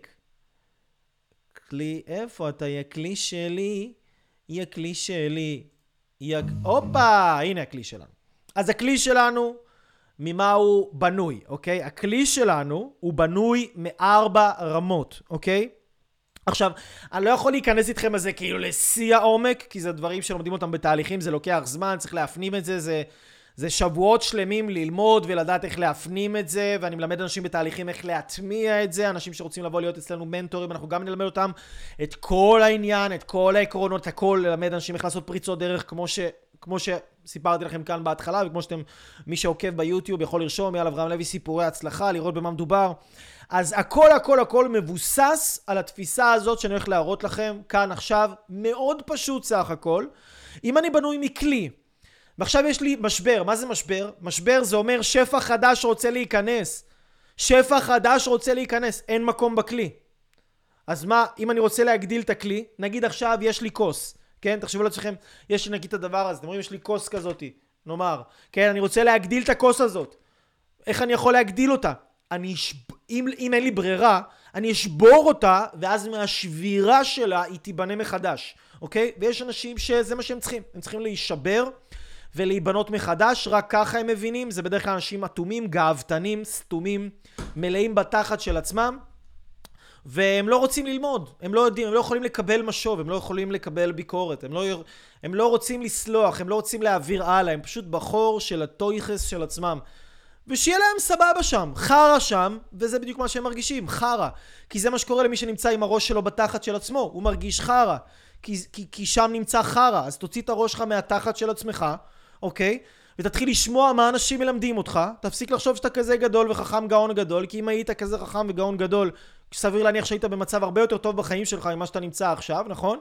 A: כלי, איפה אתה? יא כלי שלי, יא כלי שלי. יא... הופה, הנה הכלי שלנו. אז הכלי שלנו, ממה הוא בנוי, אוקיי? הכלי שלנו הוא בנוי מארבע רמות, אוקיי? עכשיו, אני לא יכול להיכנס איתכם לזה כאילו לשיא העומק, כי זה דברים שלומדים אותם בתהליכים, זה לוקח זמן, צריך להפנים את זה, זה, זה שבועות שלמים ללמוד ולדעת איך להפנים את זה, ואני מלמד אנשים בתהליכים איך להטמיע את זה, אנשים שרוצים לבוא להיות אצלנו מנטורים, אנחנו גם נלמד אותם את כל העניין, את כל העקרונות, את הכל, ללמד אנשים איך לעשות פריצות דרך כמו ש... כמו שסיפרתי לכם כאן בהתחלה, וכמו שאתם, מי שעוקב ביוטיוב יכול לרשום, יאללה אברהם לוי סיפורי הצלחה, לראות במה מדובר. אז הכל הכל הכל מבוסס על התפיסה הזאת שאני הולך להראות לכם כאן עכשיו, מאוד פשוט סך הכל. אם אני בנוי מכלי, ועכשיו יש לי משבר, מה זה משבר? משבר זה אומר שפע חדש רוצה להיכנס. שפע חדש רוצה להיכנס, אין מקום בכלי. אז מה, אם אני רוצה להגדיל את הכלי, נגיד עכשיו יש לי כוס. כן, תחשבו לעצמכם, יש לי נגיד את הדבר הזה, אתם רואים, יש לי כוס כזאת, נאמר, כן, אני רוצה להגדיל את הכוס הזאת. איך אני יכול להגדיל אותה? אני, אם, אם אין לי ברירה, אני אשבור אותה, ואז מהשבירה שלה היא תיבנה מחדש, אוקיי? ויש אנשים שזה מה שהם צריכים, הם צריכים להישבר ולהיבנות מחדש, רק ככה הם מבינים, זה בדרך כלל אנשים אטומים, גאוותנים, סתומים, מלאים בתחת של עצמם, והם לא רוצים ללמוד, הם לא יודעים, הם לא יכולים לקבל משוב, הם לא יכולים לקבל ביקורת, הם לא, הם לא רוצים לסלוח, הם לא רוצים להעביר הלאה, הם פשוט בחור של הטויחס של עצמם. ושיהיה להם סבבה שם, חרה שם, וזה בדיוק מה שהם מרגישים, חרה. כי זה מה שקורה למי שנמצא עם הראש שלו בתחת של עצמו, הוא מרגיש חרה, כי, כי, כי שם נמצא חרה, אז תוציא את הראש שלך מהתחת של עצמך, אוקיי? ותתחיל לשמוע מה אנשים מלמדים אותך, תפסיק לחשוב שאתה כזה גדול וחכם גאון גדול, כי אם היית כזה חכם וגאון גדול, סביר להניח שהיית במצב הרבה יותר טוב בחיים שלך ממה שאתה נמצא עכשיו, נכון?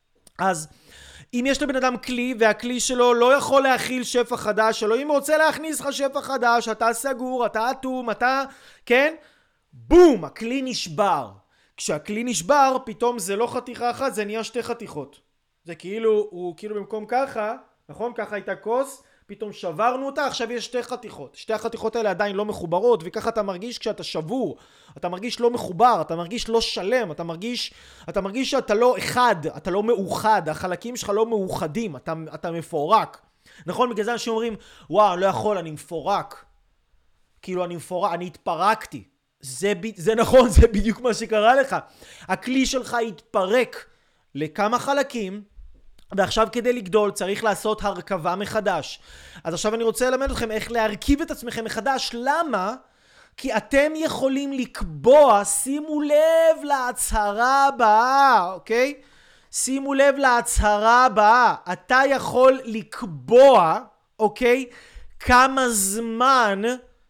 A: אז אם יש לבן אדם כלי, והכלי שלו לא יכול להכיל שפע חדש, שלו אם רוצה להכניס לך שפע חדש, אתה סגור, אתה אטום, אתה, כן? בום, הכלי נשבר. כשהכלי נשבר, פתאום זה לא חתיכה אחת, זה נהיה שתי חתיכות. זה כאילו, הוא כאילו במקום ככה, נכון? ככה הייתה כוס, פתאום שברנו אותה, עכשיו יש שתי חתיכות. שתי החתיכות האלה עדיין לא מחוברות, וככה אתה מרגיש כשאתה שבור. אתה מרגיש לא מחובר, אתה מרגיש לא שלם, אתה מרגיש, אתה מרגיש שאתה לא אחד, אתה לא מאוחד, החלקים שלך לא מאוחדים, אתה, אתה מפורק. נכון? בגלל זה אנשים אומרים, וואו, אני לא יכול, אני מפורק. כאילו, אני מפורק, אני התפרקתי. זה, זה נכון, זה בדיוק מה שקרה לך. הכלי שלך התפרק לכמה חלקים, ועכשיו כדי לגדול צריך לעשות הרכבה מחדש. אז עכשיו אני רוצה ללמד אתכם איך להרכיב את עצמכם מחדש. למה? כי אתם יכולים לקבוע, שימו לב להצהרה הבאה, אוקיי? שימו לב להצהרה הבאה. אתה יכול לקבוע, אוקיי? כמה זמן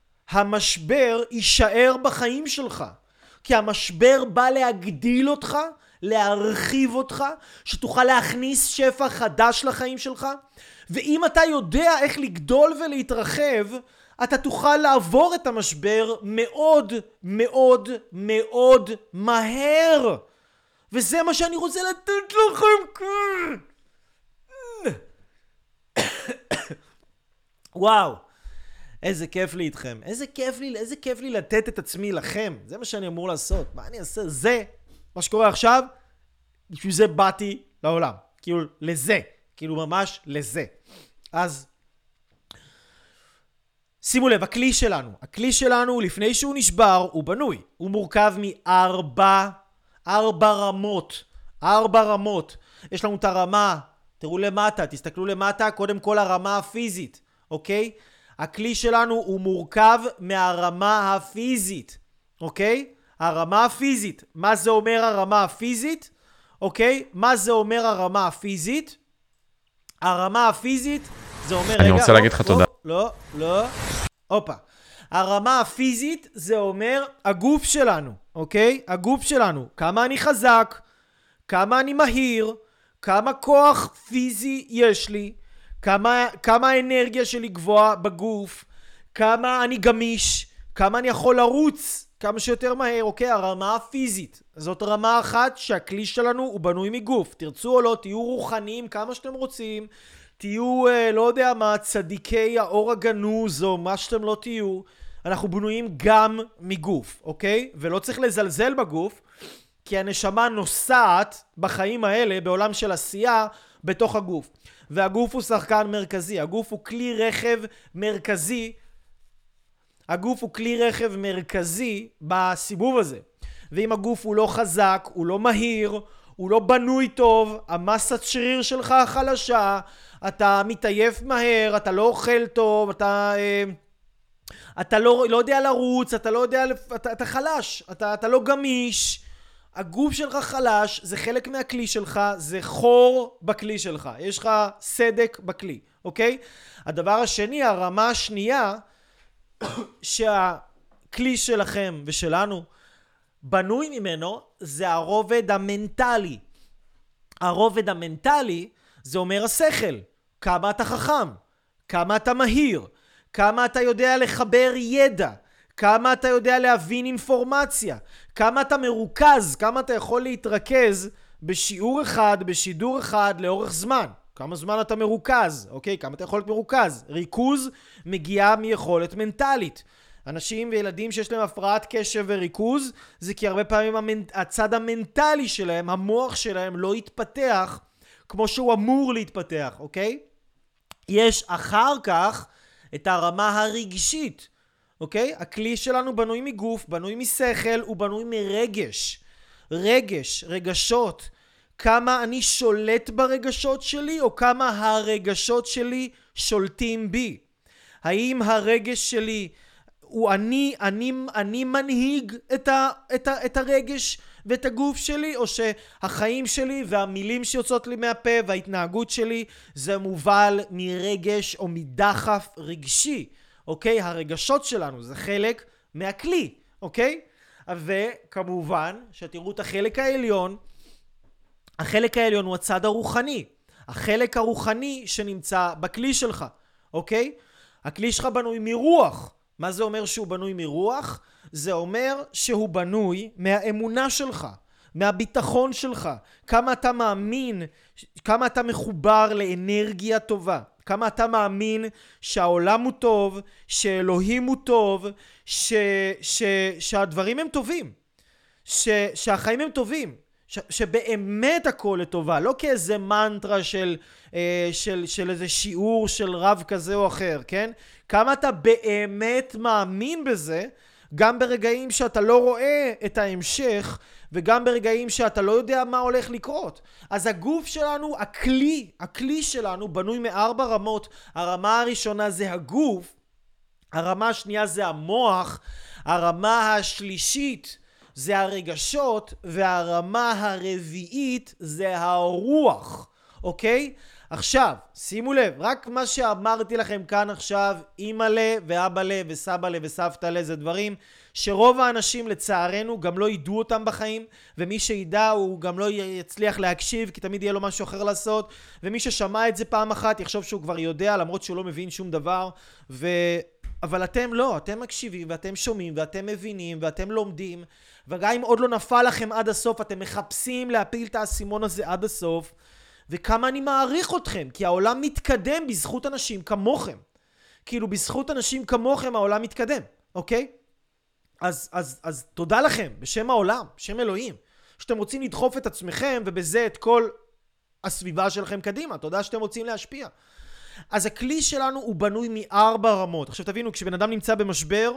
A: המשבר יישאר בחיים שלך. כי המשבר בא להגדיל אותך, להרחיב אותך, שתוכל להכניס שפע חדש לחיים שלך. ואם אתה יודע איך לגדול ולהתרחב, אתה תוכל לעבור את המשבר מאוד מאוד מאוד מהר. וזה מה שאני רוצה לתת לכם כאן. וואו, איזה כיף לי איתכם. איזה כיף לי, איזה כיף לי לתת את עצמי לכם. זה מה שאני אמור לעשות. מה אני אעשה? זה, מה שקורה עכשיו, בשביל זה באתי לעולם. כאילו, לזה. כאילו, ממש לזה. אז, שימו לב, הכלי שלנו. הכלי שלנו, לפני שהוא נשבר, הוא בנוי. הוא מורכב מארבע, ארבע רמות. ארבע רמות. יש לנו את הרמה, תראו למטה, תסתכלו למטה, קודם כל הרמה הפיזית, אוקיי? הכלי שלנו הוא מורכב מהרמה הפיזית, אוקיי? הרמה הפיזית. מה זה אומר הרמה הפיזית? אוקיי? מה זה אומר הרמה הפיזית? הרמה הפיזית זה אומר...
B: אני
A: רגע,
B: רוצה להגיד לך תודה.
A: לא, לא, הופה. הרמה הפיזית זה אומר הגוף שלנו, אוקיי? הגוף שלנו. כמה אני חזק, כמה אני מהיר, כמה כוח פיזי יש לי, כמה, כמה האנרגיה שלי גבוהה בגוף, כמה אני גמיש, כמה אני יכול לרוץ כמה שיותר מהר, אוקיי? הרמה הפיזית. זאת רמה אחת שהכלי שלנו הוא בנוי מגוף. תרצו או לא, תהיו רוחניים כמה שאתם רוצים, תהיו, אה, לא יודע מה, צדיקי האור הגנוז או מה שאתם לא תהיו. אנחנו בנויים גם מגוף, אוקיי? ולא צריך לזלזל בגוף, כי הנשמה נוסעת בחיים האלה, בעולם של עשייה, בתוך הגוף. והגוף הוא שחקן מרכזי. הגוף הוא כלי רכב מרכזי. הגוף הוא כלי רכב מרכזי בסיבוב הזה. ואם הגוף הוא לא חזק, הוא לא מהיר, הוא לא בנוי טוב, המסת שריר שלך חלשה, אתה מתעייף מהר, אתה לא אוכל טוב, אתה... אה, אתה לא, לא יודע לרוץ, אתה לא יודע... אתה, אתה חלש, אתה, אתה לא גמיש. הגוף שלך חלש, זה חלק מהכלי שלך, זה חור בכלי שלך. יש לך סדק בכלי, אוקיי? הדבר השני, הרמה השנייה, שהכלי שלכם ושלנו בנוי ממנו, זה הרובד המנטלי. הרובד המנטלי זה אומר השכל. כמה אתה חכם, כמה אתה מהיר, כמה אתה יודע לחבר ידע, כמה אתה יודע להבין אינפורמציה, כמה אתה מרוכז, כמה אתה יכול להתרכז בשיעור אחד, בשידור אחד לאורך זמן. כמה זמן אתה מרוכז, אוקיי? כמה אתה יכול להיות מרוכז. ריכוז מגיע מיכולת מנטלית. אנשים וילדים שיש להם הפרעת קשב וריכוז, זה כי הרבה פעמים המנ... הצד המנטלי שלהם, המוח שלהם לא יתפתח כמו שהוא אמור להתפתח, אוקיי? יש אחר כך את הרמה הרגשית, אוקיי? הכלי שלנו בנוי מגוף, בנוי משכל, הוא בנוי מרגש. רגש, רגשות. כמה אני שולט ברגשות שלי, או כמה הרגשות שלי שולטים בי. האם הרגש שלי הוא אני, אני, אני מנהיג את, ה, את, ה, את הרגש ואת הגוף שלי, או שהחיים שלי והמילים שיוצאות לי מהפה וההתנהגות שלי זה מובל מרגש או מדחף רגשי, אוקיי? הרגשות שלנו זה חלק מהכלי, אוקיי? וכמובן שתראו את החלק העליון, החלק העליון הוא הצד הרוחני, החלק הרוחני שנמצא בכלי שלך, אוקיי? הכלי שלך בנוי מרוח. מה זה אומר שהוא בנוי מרוח? זה אומר שהוא בנוי מהאמונה שלך, מהביטחון שלך, כמה אתה מאמין, כמה אתה מחובר לאנרגיה טובה, כמה אתה מאמין שהעולם הוא טוב, שאלוהים הוא טוב, ש, ש, שהדברים הם טובים, ש, שהחיים הם טובים, ש, שבאמת הכל לטובה, לא כאיזה מנטרה של, של, של איזה שיעור של רב כזה או אחר, כן? כמה אתה באמת מאמין בזה, גם ברגעים שאתה לא רואה את ההמשך, וגם ברגעים שאתה לא יודע מה הולך לקרות. אז הגוף שלנו, הכלי, הכלי שלנו בנוי מארבע רמות. הרמה הראשונה זה הגוף, הרמה השנייה זה המוח, הרמה השלישית זה הרגשות, והרמה הרביעית זה הרוח, אוקיי? עכשיו, שימו לב, רק מה שאמרתי לכם כאן עכשיו, אמא'לה ואבא'לה וסבא'לה וסבתא'לה, זה דברים שרוב האנשים לצערנו גם לא ידעו אותם בחיים, ומי שידע הוא גם לא יצליח להקשיב, כי תמיד יהיה לו משהו אחר לעשות, ומי ששמע את זה פעם אחת יחשוב שהוא כבר יודע, למרות שהוא לא מבין שום דבר, ו... אבל אתם לא, אתם מקשיבים ואתם שומעים ואתם מבינים ואתם לומדים, וגם אם עוד לא נפל לכם עד הסוף, אתם מחפשים להפיל את האסימון הזה עד הסוף, וכמה אני מעריך אתכם, כי העולם מתקדם בזכות אנשים כמוכם. כאילו בזכות אנשים כמוכם העולם מתקדם, אוקיי? אז, אז, אז תודה לכם, בשם העולם, בשם אלוהים, שאתם רוצים לדחוף את עצמכם ובזה את כל הסביבה שלכם קדימה. תודה שאתם רוצים להשפיע. אז הכלי שלנו הוא בנוי מארבע רמות. עכשיו תבינו, כשבן אדם נמצא במשבר,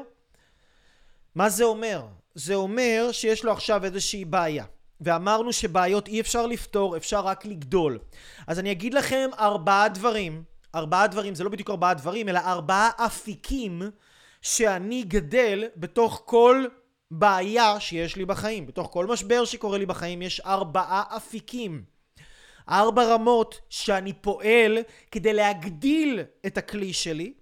A: מה זה אומר? זה אומר שיש לו עכשיו איזושהי בעיה. ואמרנו שבעיות אי אפשר לפתור, אפשר רק לגדול. אז אני אגיד לכם ארבעה דברים. ארבעה דברים, זה לא בדיוק ארבעה דברים, אלא ארבעה אפיקים שאני גדל בתוך כל בעיה שיש לי בחיים. בתוך כל משבר שקורה לי בחיים יש ארבעה אפיקים. ארבע רמות שאני פועל כדי להגדיל את הכלי שלי,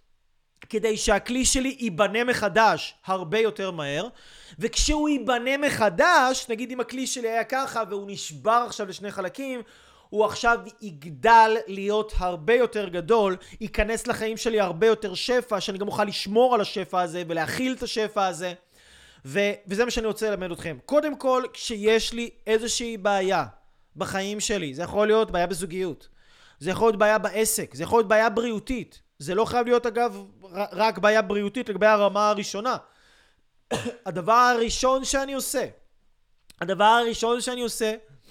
A: כדי שהכלי שלי ייבנה מחדש הרבה יותר מהר, וכשהוא ייבנה מחדש, נגיד אם הכלי שלי היה ככה והוא נשבר עכשיו לשני חלקים, הוא עכשיו יגדל להיות הרבה יותר גדול, ייכנס לחיים שלי הרבה יותר שפע, שאני גם אוכל לשמור על השפע הזה ולהכיל את השפע הזה, ו- וזה מה שאני רוצה ללמד אתכם. קודם כל, כשיש לי איזושהי בעיה בחיים שלי, זה יכול להיות בעיה בזוגיות, זה יכול להיות בעיה בעסק, זה יכול להיות בעיה בריאותית, זה לא חייב להיות אגב רק בעיה בריאותית לגבי הרמה הראשונה. הדבר הראשון שאני עושה, הדבר הראשון שאני עושה,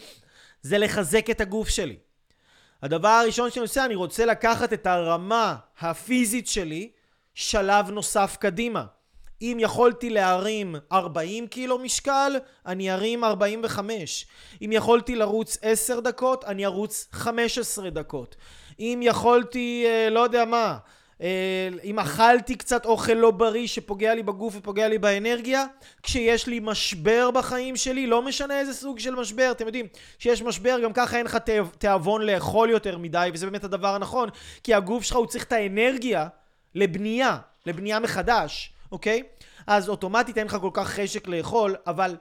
A: זה לחזק את הגוף שלי. הדבר הראשון שאני עושה, אני רוצה לקחת את הרמה הפיזית שלי שלב נוסף קדימה. אם יכולתי להרים ארבעים קילו משקל, אני ארים ארבעים וחמש. אם יכולתי לרוץ עשר דקות, אני ארוץ חמש עשרה דקות. אם יכולתי, לא יודע מה, אם אכלתי קצת אוכל לא בריא שפוגע לי בגוף ופוגע לי באנרגיה, כשיש לי משבר בחיים שלי, לא משנה איזה סוג של משבר, אתם יודעים, כשיש משבר גם ככה אין לך תיאבון לאכול יותר מדי, וזה באמת הדבר הנכון, כי הגוף שלך הוא צריך את האנרגיה לבנייה, לבנייה מחדש, אוקיי? אז אוטומטית אין לך כל כך חשק לאכול, אבל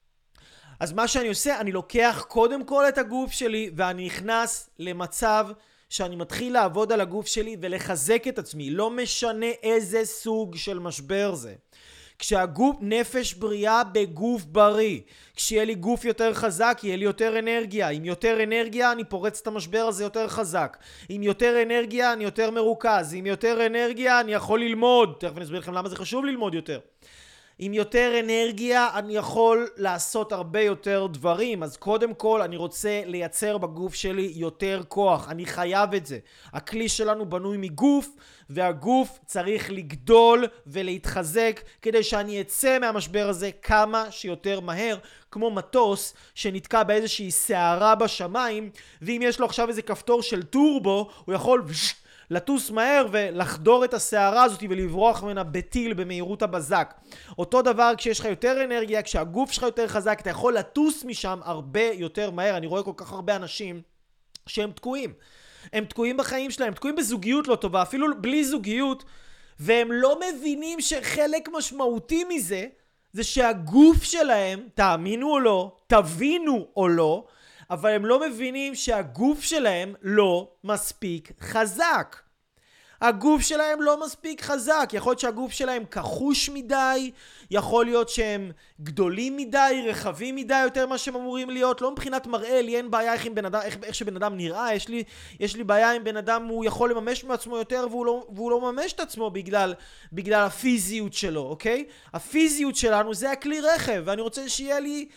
A: אז מה שאני עושה, אני לוקח קודם כל את הגוף שלי ואני נכנס למצב שאני מתחיל לעבוד על הגוף שלי ולחזק את עצמי, לא משנה איזה סוג של משבר זה. כשהגוף, נפש בריאה בגוף בריא, כשיהיה לי גוף יותר חזק יהיה לי יותר אנרגיה, עם יותר אנרגיה אני פורץ את המשבר הזה יותר חזק, עם יותר אנרגיה אני יותר מרוכז, עם יותר אנרגיה אני יכול ללמוד, תכף אני אסביר לכם למה זה חשוב ללמוד יותר, עם יותר אנרגיה אני יכול לעשות הרבה יותר דברים. אז קודם כל אני רוצה לייצר בגוף שלי יותר כוח, אני חייב את זה. הכלי שלנו בנוי מגוף, והגוף צריך לגדול ולהתחזק כדי שאני אצא מהמשבר הזה כמה שיותר מהר, כמו מטוס שנתקע באיזושהי שערה בשמיים, ואם יש לו עכשיו איזה כפתור של טורבו הוא יכול לטוס מהר ולחדור את השערה הזאת ולברוח ממנה בטיל במהירות הבזק. אותו דבר כשיש לך יותר אנרגיה, כשהגוף שלך יותר חזק, אתה יכול לטוס משם הרבה יותר מהר. אני רואה כל כך הרבה אנשים שהם תקועים. הם תקועים בחיים שלהם, הם תקועים בזוגיות לא טובה, אפילו בלי זוגיות, והם לא מבינים שחלק משמעותי מזה, זה שהגוף שלהם, תאמינו או לא, תבינו או לא, אבל הם לא מבינים שהגוף שלהם לא מספיק חזק. הגוף שלהם לא מספיק חזק. יכול להיות שהגוף שלהם כחוש מדי, יכול להיות שהם גדולים מדי, רחבים מדי יותר מה שהם אמורים להיות. לא מבחינת מראה, לי אין בעיה איך, בן אדם, איך, איך שבן אדם נראה. יש לי, יש לי בעיה עם בן אדם, הוא יכול לממש מעצמו יותר והוא לא, והוא לא ממש את עצמו בגלל, בגלל הפיזיות שלו, אוקיי? הפיזיות שלנו זה הכלי רכב, ואני רוצה שיהיה לי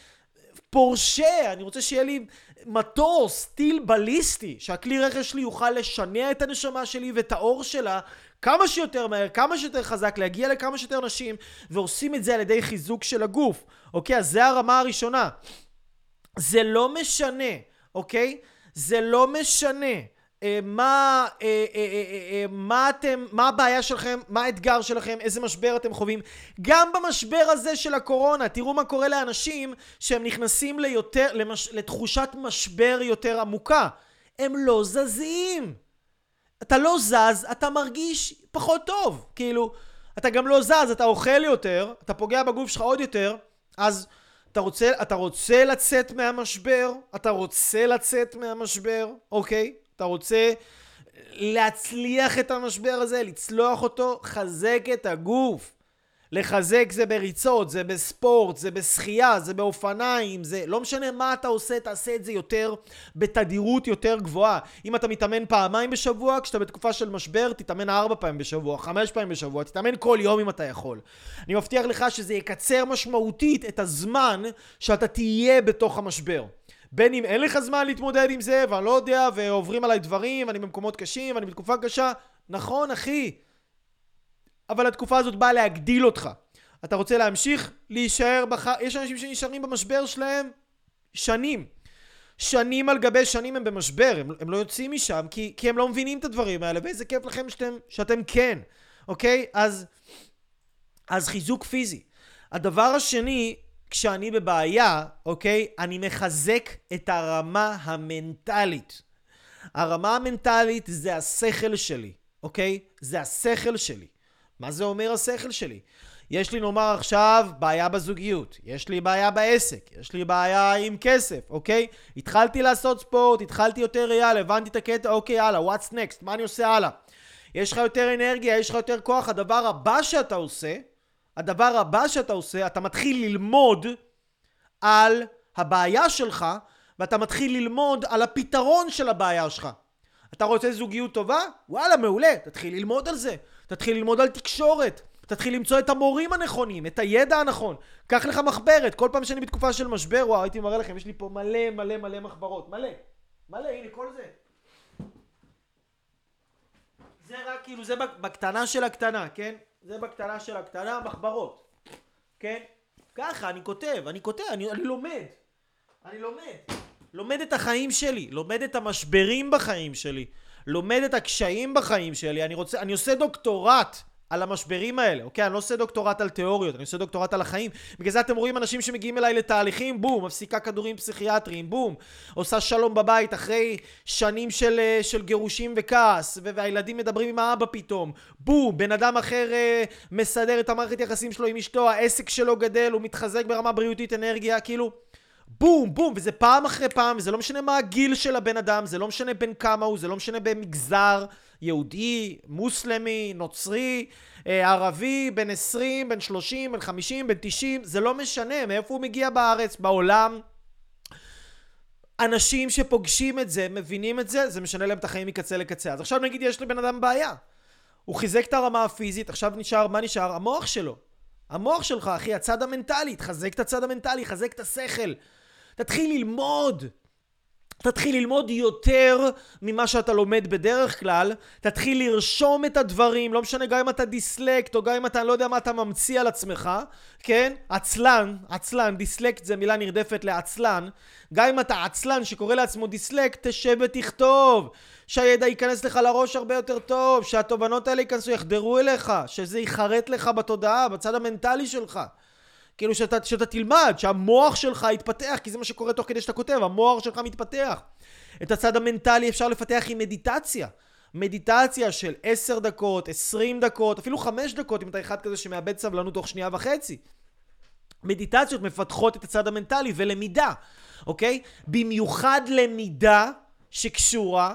A: פורשה, אני רוצה שיהיה לי מטוס, טיל בליסטי, שהכלי רכב שלי יוכל לשנע את הנשמה שלי ואת האור שלה כמה שיותר מהר, כמה שיותר חזק, להגיע לכמה שיותר נשים, ועושים את זה על ידי חיזוק של הגוף. אוקיי, אז זה הרמה הראשונה. זה לא משנה, אוקיי? זה לא משנה אה, מה, אה, אה, אה, אה, מה אתם, מה הבעיה שלכם, מה האתגר שלכם, איזה משבר אתם חווים. גם במשבר הזה של הקורונה, תראו מה קורה לאנשים שהם נכנסים ליותר, למש, לתחושת משבר יותר עמוקה. הם לא זזים. אתה לא זז, אתה מרגיש פחות טוב. כאילו, אתה גם לא זז, אתה אוכל יותר, אתה פוגע בגוף שלך עוד יותר, אז אתה רוצה, אתה רוצה לצאת מהמשבר, אתה רוצה לצאת מהמשבר, אוקיי? אתה רוצה להצליח את המשבר הזה, לצלוח אותו, חזק את הגוף. לחזק זה בריצות, זה בספורט, זה בשחייה, זה באופניים, זה לא משנה מה אתה עושה, תעשה את זה יותר בתדירות יותר גבוהה. אם אתה מתאמן פעמיים בשבוע, כשאתה בתקופה של משבר, תתאמן ארבע פעמים בשבוע, חמש פעמים בשבוע, תתאמן כל יום אם אתה יכול. אני מבטיח לך שזה יקצר משמעותית את הזמן שאתה תהיה בתוך המשבר. בין אם אין לך זמן להתמודד עם זה, ואני לא יודע, ועוברים עליי דברים, ואני במקומות קשים, ואני בתקופה קשה. נכון, אחי. אבל התקופה הזאת באה להגדיל אותך. אתה רוצה להמשיך להישאר בח... יש אנשים שנשארים במשבר שלהם שנים. שנים על גבי שנים הם במשבר. הם, הם לא יוצאים משם כי, כי הם לא מבינים את הדברים האלה. ואיזה כיף לכם שאתם, שאתם כן. אוקיי? אז, אז חיזוק פיזי. הדבר השני, כשאני בבעיה, אוקיי? אני מחזק את הרמה המנטלית. הרמה המנטלית זה השכל שלי. אוקיי? זה השכל שלי. מה זה אומר השכל שלי? יש לי נאמר עכשיו בעיה בזוגיות, יש לי בעיה בעסק, יש לי בעיה עם כסף, אוקיי? התחלתי לעשות ספורט, התחלתי יותר ריאל, הבנתי את הקטע, אוקיי, הלאה, what's next? מה אני עושה הלאה? יש לך יותר אנרגיה, יש לך יותר כוח, הדבר הבא שאתה עושה, הדבר הבא שאתה עושה, אתה מתחיל ללמוד על הבעיה שלך, ואתה מתחיל ללמוד על הפתרון של הבעיה שלך. אתה רוצה זוגיות טובה? וואלה, מעולה, תתחיל ללמוד על זה. תתחיל ללמוד על תקשורת. תתחיל למצוא את המורים הנכונים, את הידע הנכון. קח לך מחברת. כל פעם שאני בתקופה של משבר, וואו, הייתי מראה לכם, יש לי פה מלא מלא מלא מחברות. מלא. מלא, הנה, כל זה. זה רק כאילו, זה בקטנה של הקטנה, כן? זה בקטנה של הקטנה, מחברות. כן? ככה, אני כותב, אני כותב, אני, אני לומד. אני לומד. לומד את החיים שלי, לומד את המשברים בחיים שלי, לומד את הקשיים בחיים שלי. אני רוצה, אני עושה דוקטורט על המשברים האלה, אוקיי? אני לא עושה דוקטורט על תיאוריות, אני עושה דוקטורט על החיים. בגלל זה אתם רואים אנשים שמגיעים אליי לתהליכים, בום, מפסיקה כדורים פסיכיאטריים, בום, עושה שלום בבית אחרי שנים של, של גירושים וכעס, והילדים מדברים עם האבא פתאום, בום, בן אדם אחר מסדר את המערכת יחסים שלו עם אשתו, העסק שלו גדל, הוא מתחזק ברמה בריאותית, אנרגיה, כאילו בום, בום, וזה פעם אחרי פעם, וזה לא משנה מה הגיל של הבן אדם, זה לא משנה בין כמה הוא, זה לא משנה במגזר, יהודי, מוסלמי, נוצרי, ערבי, בין עשרים, בין שלושים, בין חמישים, בין תשעים, זה לא משנה מאיפה הוא מגיע בארץ, בעולם. אנשים שפוגשים את זה, מבינים את זה, זה משנה להם את החיים מקצה לקצה. אז עכשיו נגיד יש לבן אדם בעיה. הוא חיזק את הרמה הפיזית, עכשיו נשאר, מה נשאר? המוח שלו. המוח שלך, אחי, הצד המנטלי, תחזק את הצד המנטלי, חזק את השכל. תתחיל ללמוד. תתחיל ללמוד יותר ממה שאתה לומד בדרך כלל. תתחיל לרשום את הדברים, לא משנה גם אם אתה דיסלקט, או גם אם אתה לא יודע מה אתה ממציא על עצמך, כן? עצלן, עצלן, דיסלקט זה מילה נרדפת לעצלן. גם אם אתה עצלן שקורא לעצמו דיסלקט, תשב ותכתוב. שהידע ייכנס לך לראש הרבה יותר טוב, שהתובנות האלה ייכנסו, יחדרו אליך, שזה ייחרט לך בתודעה, בצד המנטלי שלך. כאילו שאתה, שאתה תלמד, שהמוח שלך יתפתח, כי זה מה שקורה תוך כדי שאתה כותב, המוח שלך מתפתח. את הצד המנטלי אפשר לפתח עם מדיטציה. מדיטציה של עשר דקות, עשרים דקות, אפילו חמש דקות, אם אתה אחד כזה שמאבד סבלנות תוך שנייה וחצי. מדיטציות מפתחות את הצד המנטלי ולמידה, אוקיי? במיוחד למידה שקשורה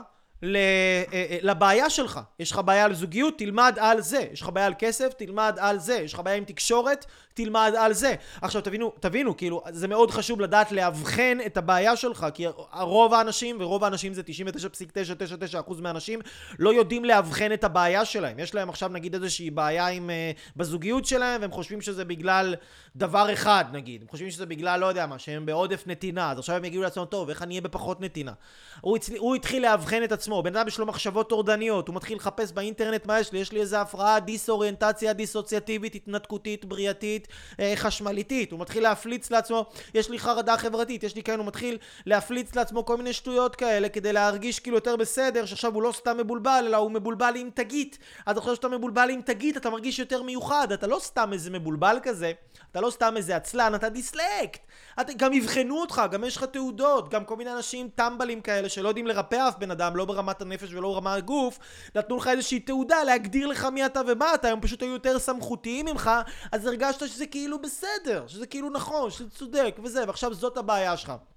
A: לבעיה שלך. יש לך בעיה על זוגיות, תלמד על זה. יש לך בעיה על כסף, תלמד על זה. יש לך בעיה עם תקשורת, תלמד על זה. עכשיו תבינו, תבינו, כאילו, זה מאוד חשוב לדעת להבחן את הבעיה שלך, כי רוב האנשים, ורוב האנשים זה תשעים ותשע נקודה תשע תשע תשע אחוז מהאנשים, לא יודעים להבחן את הבעיה שלהם. יש להם עכשיו נגיד איזושהי בעיה עם, uh, בזוגיות שלהם, והם חושבים שזה בגלל דבר אחד, נגיד. הם חושבים שזה בגלל, לא יודע מה, שהם בעודף נתינה. אז עכשיו הם יגיעו לעצמם, טוב, איך אני אהיה בפחות נתינה? הוא, הצל... הוא התחיל להבחן את עצמו. בן אדם יש לו מחשבות טורדניות, הוא מתחיל לחפש באינטרנט מה יש לי, יש לי איזה הפרעה דיסאוריינטציה דיסוציאטיבית, התנתקותית, בריאתית, חשמליתית. הוא מתחיל להפליץ לעצמו, יש לי חרדה חברתית, יש לי כאן, הוא מתחיל להפליץ לעצמו כל מיני שטויות כאלה כדי להרגיש כאילו יותר בסדר, שעכשיו הוא לא סתם מבולבל, אלא הוא מבולבל עם תגית. אז עכשיו שאתה מבולבל עם תגית, אתה מרגיש יותר מיוחד, אתה לא סתם איזה מבולבל כזה, אתה לא סתם איזה עצלן, אתה דיסלקט. אתה, גם יבחנו אותך, גם יש לך תעודות, גם כל מיני אנשים טמבלים כאלה שלא יודעים לרפא אף בן אדם, לא ברמת הנפש ולא ברמת הגוף, נתנו לך איזושהי תעודה להגדיר לך מי אתה ומה אתה, הם פשוט היו יותר סמכותיים ממך, אז הרגשת שזה כאילו בסדר, שזה כאילו נכון, שזה צודק וזה, ועכשיו זאת הבעיה שלך.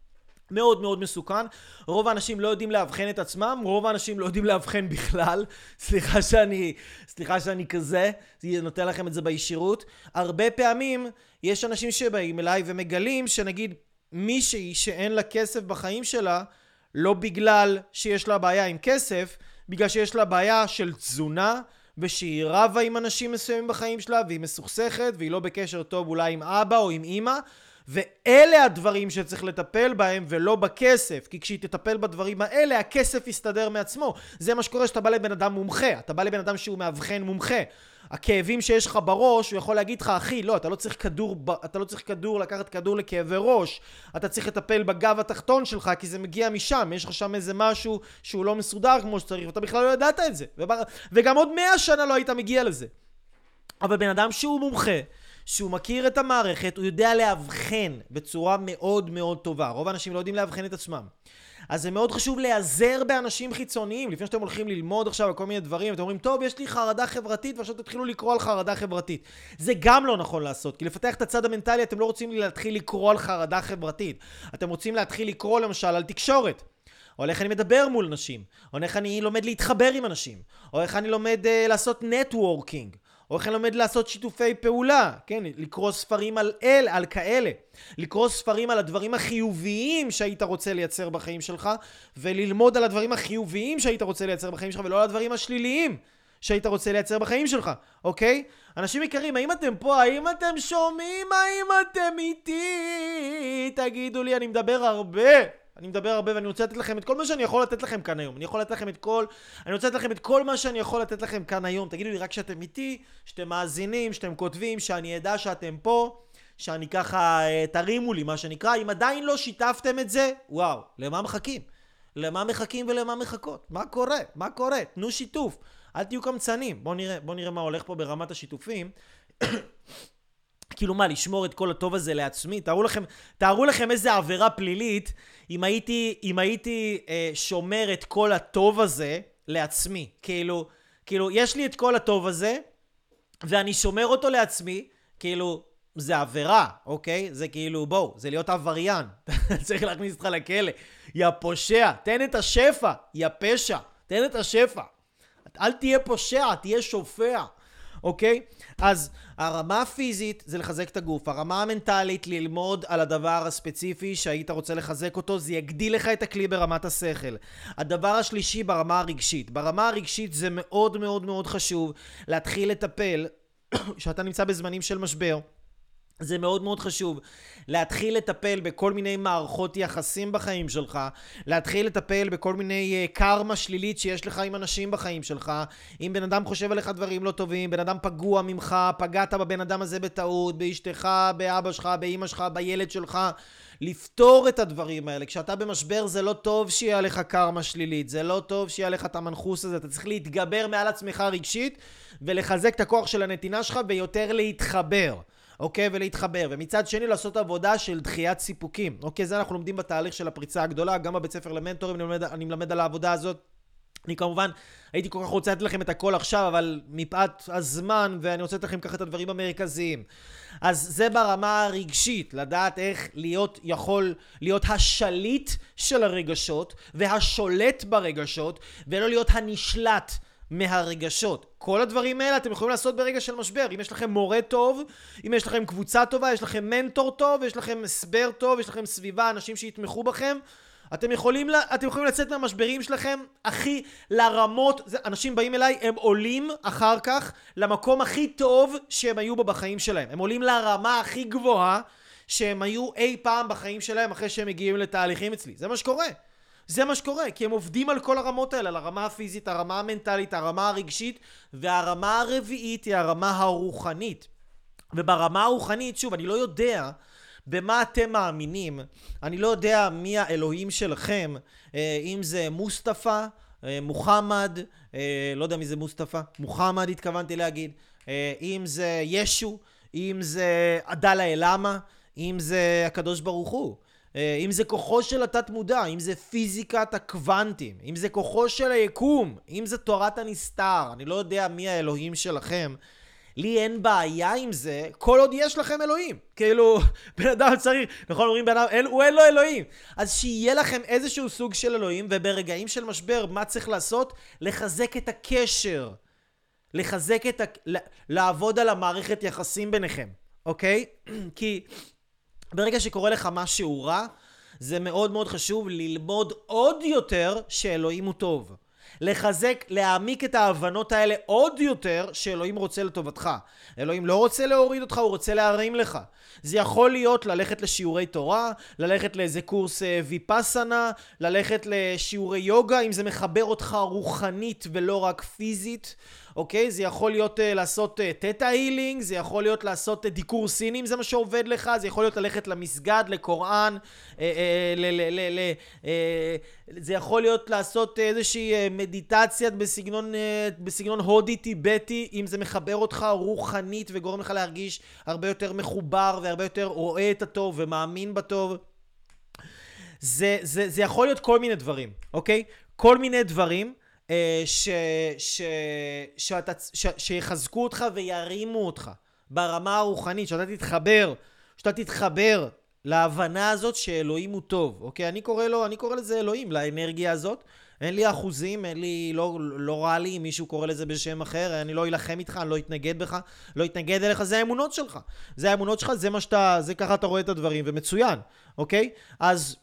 A: מאוד מאוד מסוכן. רוב האנשים לא יודעים להבחן את עצמם, רוב האנשים לא יודעים להבחן בכלל. סליחה שאני, סליחה שאני כזה, זה נותן לכם את זה בישירות. הרבה פעמים יש אנשים שבאים אליי ומגלים שנגיד מישהי שאין לה כסף בחיים שלה, לא בגלל שיש לה בעיה עם כסף, בגלל שיש לה בעיה של תזונה, ושהיא רבה עם אנשים מסוימים בחיים שלה, והיא מסוכסכת, והיא לא בקשר טוב אולי עם אבא או עם אמא, ואלה הדברים שצריך לטפל בהם ולא בכסף, כי כשהיא תטפל בדברים האלה, הכסף יסתדר מעצמו. זה מה שקורה שאתה בא לבן אדם מומחה, אתה בא לבן אדם שהוא מאבחן מומחה. הכאבים שיש לך בראש, הוא יכול להגיד לך, אחי, לא, אתה לא צריך כדור, אתה לא צריך כדור, לקחת כדור לכאבי ראש, אתה צריך לטפל בגב התחתון שלך, כי זה מגיע משם, יש לך שם איזה משהו שהוא לא מסודר כמו שצריך, ואתה בכלל לא ידעת את זה, וגם עוד מאה שנה לא היית מגיע לזה. אבל בן אדם שהוא מומחה, שהוא מכיר את המערכת, הוא יודע להבחן בצורה מאוד מאוד טובה. רוב האנשים לא יודעים להבחן את עצמם. אז זה מאוד חשוב להיעזר באנשים חיצוניים, לפני שאתם הולכים ללמוד עכשיו על כל מיני דברים, אתם אומרים, טוב, יש לי חרדה חברתית, ועכשיו תתחילו לקרוא על חרדה חברתית. זה גם לא נכון לעשות, כי לפתח את הצד המנטלי, אתם לא רוצים להתחיל לקרוא על חרדה חברתית. אתם רוצים להתחיל לקרוא למשל על תקשורת. או איך אני מדבר מול אנשים, או איך אני לומד להתחבר עם אנשים, או איך אני לומד uh, לעשות נטוורקינג. או איך אני לומד לעשות שיתופי פעולה, כן? לקרוא ספרים על אל, על כאלה. לקרוא ספרים על הדברים החיוביים שהיית רוצה לייצר בחיים שלך, וללמוד על הדברים החיוביים שהיית רוצה לייצר בחיים שלך, ולא על הדברים השליליים שהיית רוצה לייצר בחיים שלך, אוקיי? אנשים יקרים, האם אתם פה? האם אתם שומעים? האם אתם איתי? תגידו לי, אני מדבר הרבה. אני מדבר הרבה ואני רוצה לתת לכם את כל מה שאני יכול לתת לכם כאן היום. אני יכול לתת לכם את כל, אני רוצה לתת לכם את כל מה שאני יכול לתת לכם כאן היום. תגידו לי רק שאתם איתי, שאתם מאזינים, שאתם כותבים, שאני אדע שאתם פה, שאני ככה, תרימו לי מה שנקרא. אם עדיין לא שיתפתם את זה, וואו, למה מחכים? למה מחכים ולמה מחכות? מה קורה? מה קורה? תנו שיתוף. אל תהיו קמצנים. בואו נראה, בואו נראה מה הולך פה ברמת השיתופים. כאילו מה, לשמור את כל הטוב הזה לעצמי? תארו לכם, תארו לכם איזה עבירה פלילית אם הייתי, אם הייתי אה, שומר את כל הטוב הזה לעצמי. כאילו, כאילו, יש לי את כל הטוב הזה, ואני שומר אותו לעצמי, כאילו, זה עבירה, אוקיי? זה כאילו, בואו, זה להיות עבריין. צריך להכניס אותך לכלא. יא פושע, תן את השפע, יא פשע, תן את השפע. אל תהיה פושע, תהיה שופע. אוקיי? אז הרמה הפיזית זה לחזק את הגוף. הרמה המנטלית ללמוד על הדבר הספציפי שהיית רוצה לחזק אותו, זה יגדיל לך את הכלי ברמת השכל. הדבר השלישי ברמה הרגשית. ברמה הרגשית זה מאוד מאוד מאוד חשוב להתחיל לטפל, שאתה נמצא בזמנים של משבר. זה מאוד מאוד חשוב להתחיל לטפל בכל מיני מערכות יחסים בחיים שלך, להתחיל לטפל בכל מיני קרמה שלילית שיש לך עם אנשים בחיים שלך. אם בן אדם חושב עליך דברים לא טובים, בן אדם פגוע ממך, פגעת בבן אדם הזה בטעות, באשתך, באבא שלך, באמא שלך, בילד שלך, לפתור את הדברים האלה. כשאתה במשבר זה לא טוב שיהיה עליך קרמה שלילית, זה לא טוב שיהיה עליך את המנחוס הזה. אתה צריך להתגבר מעל עצמך רגשית ולחזק את הכוח של הנתינה שלך ויותר להתחבר. אוקיי, ולהתחבר, ומצד שני לעשות עבודה של דחיית סיפוקים. אוקיי, זה אנחנו לומדים בתהליך של הפריצה הגדולה, גם בבית ספר למנטורים, אני מלמד, אני מלמד על העבודה הזאת. אני כמובן הייתי כל כך רוצה לתת לכם את הכל עכשיו, אבל מפאת הזמן, ואני רוצה לתת לכם ככה את הדברים המרכזיים. אז זה ברמה הרגשית, לדעת איך להיות יכול להיות השליט של הרגשות, והשולט ברגשות, ולא להיות הנשלט מהרגשות. כל הדברים האלה אתם יכולים לעשות ברגע של משבר. אם יש לכם מורה טוב, אם יש לכם קבוצה טובה, יש לכם מנטור טוב, יש לכם הסבר טוב, יש לכם סביבה, אנשים שיתמכו בכם, אתם יכולים, אתם יכולים לצאת מהמשברים שלכם הכי לרמות. זה, אנשים באים אליי, הם עולים אחר כך למקום הכי טוב שהם היו בו בחיים שלהם. הם עולים לרמה הכי גבוהה שהם היו אי פעם בחיים שלהם אחרי שהם מגיעים לתהליכים אצלי. זה מה שקורה. זה מה שקורה, כי הם עובדים על כל הרמות האלה, על הרמה הפיזית, הרמה המנטלית, הרמה הרגשית, והרמה הרביעית היא הרמה הרוחנית. וברמה הרוחנית, שוב, אני לא יודע במה אתם מאמינים, אני לא יודע מי האלוהים שלכם, אם זה מוסטפא, מוחמד, לא יודע מי זה מוסטפא, מוחמד התכוונתי להגיד, אם זה ישו, אם זה הדלה אלמה, אם זה הקדוש ברוך הוא. אם זה כוחו של התת מודע, אם זה פיזיקת הקוונטים, אם זה כוחו של היקום, אם זה תורת הנסתר, אני לא יודע מי האלוהים שלכם. לי אין בעיה עם זה, כל עוד יש לכם אלוהים. כאילו, בן אדם צריך, נכון, אומרים בן אדם, אין, הוא אין לו אלוהים. אז שיהיה לכם איזשהו סוג של אלוהים, וברגעים של משבר, מה צריך לעשות? לחזק את הקשר. לחזק את ה... לעבוד על המערכת יחסים ביניכם, אוקיי? כי ברגע שקורה לך משהו רע, זה מאוד מאוד חשוב ללמוד עוד יותר שאלוהים הוא טוב. לחזק, להעמיק את ההבנות האלה עוד יותר שאלוהים רוצה לטובתך. אלוהים לא רוצה להוריד אותך, הוא רוצה להרים לך. זה יכול להיות ללכת לשיעורי תורה, ללכת לאיזה קורס ויפאסנה, ללכת לשיעורי יוגה, אם זה מחבר אותך רוחנית ולא רק פיזית. אוקיי? זה יכול להיות uh, לעשות תטא הילינג, זה יכול להיות לעשות uh, דיקור סיני, אם זה מה שעובד לך, זה יכול להיות ללכת למסגד, לקוראן, uh, uh, ל- ל- ל- ל- uh, זה יכול להיות לעשות איזושהי uh, מדיטציה בסגנון, uh, בסגנון הודי טיבטי, אם זה מחבר אותך רוחנית וגורם לך להרגיש הרבה יותר מחובר והרבה יותר רואה את הטוב ומאמין בטוב. זה, זה, זה יכול להיות כל מיני דברים, אוקיי? כל מיני דברים. ש, ש, שאתה, ש, שיחזקו אותך וירימו אותך ברמה הרוחנית, שאתה תתחבר, שאתה תתחבר להבנה הזאת שאלוהים הוא טוב, אוקיי? אני קורא לו, אני קורא לזה אלוהים, לאנרגיה הזאת. אין לי אחוזים, אין לי, לא, לא רע לי אם מישהו קורא לזה בשם אחר, אני לא אלחם איתך, אני לא אתנגד בך, לא אתנגד אליך, זה האמונות שלך. זה האמונות שלך, זה מה שאתה, זה ככה אתה רואה את הדברים, ומצוין, אוקיי? אז...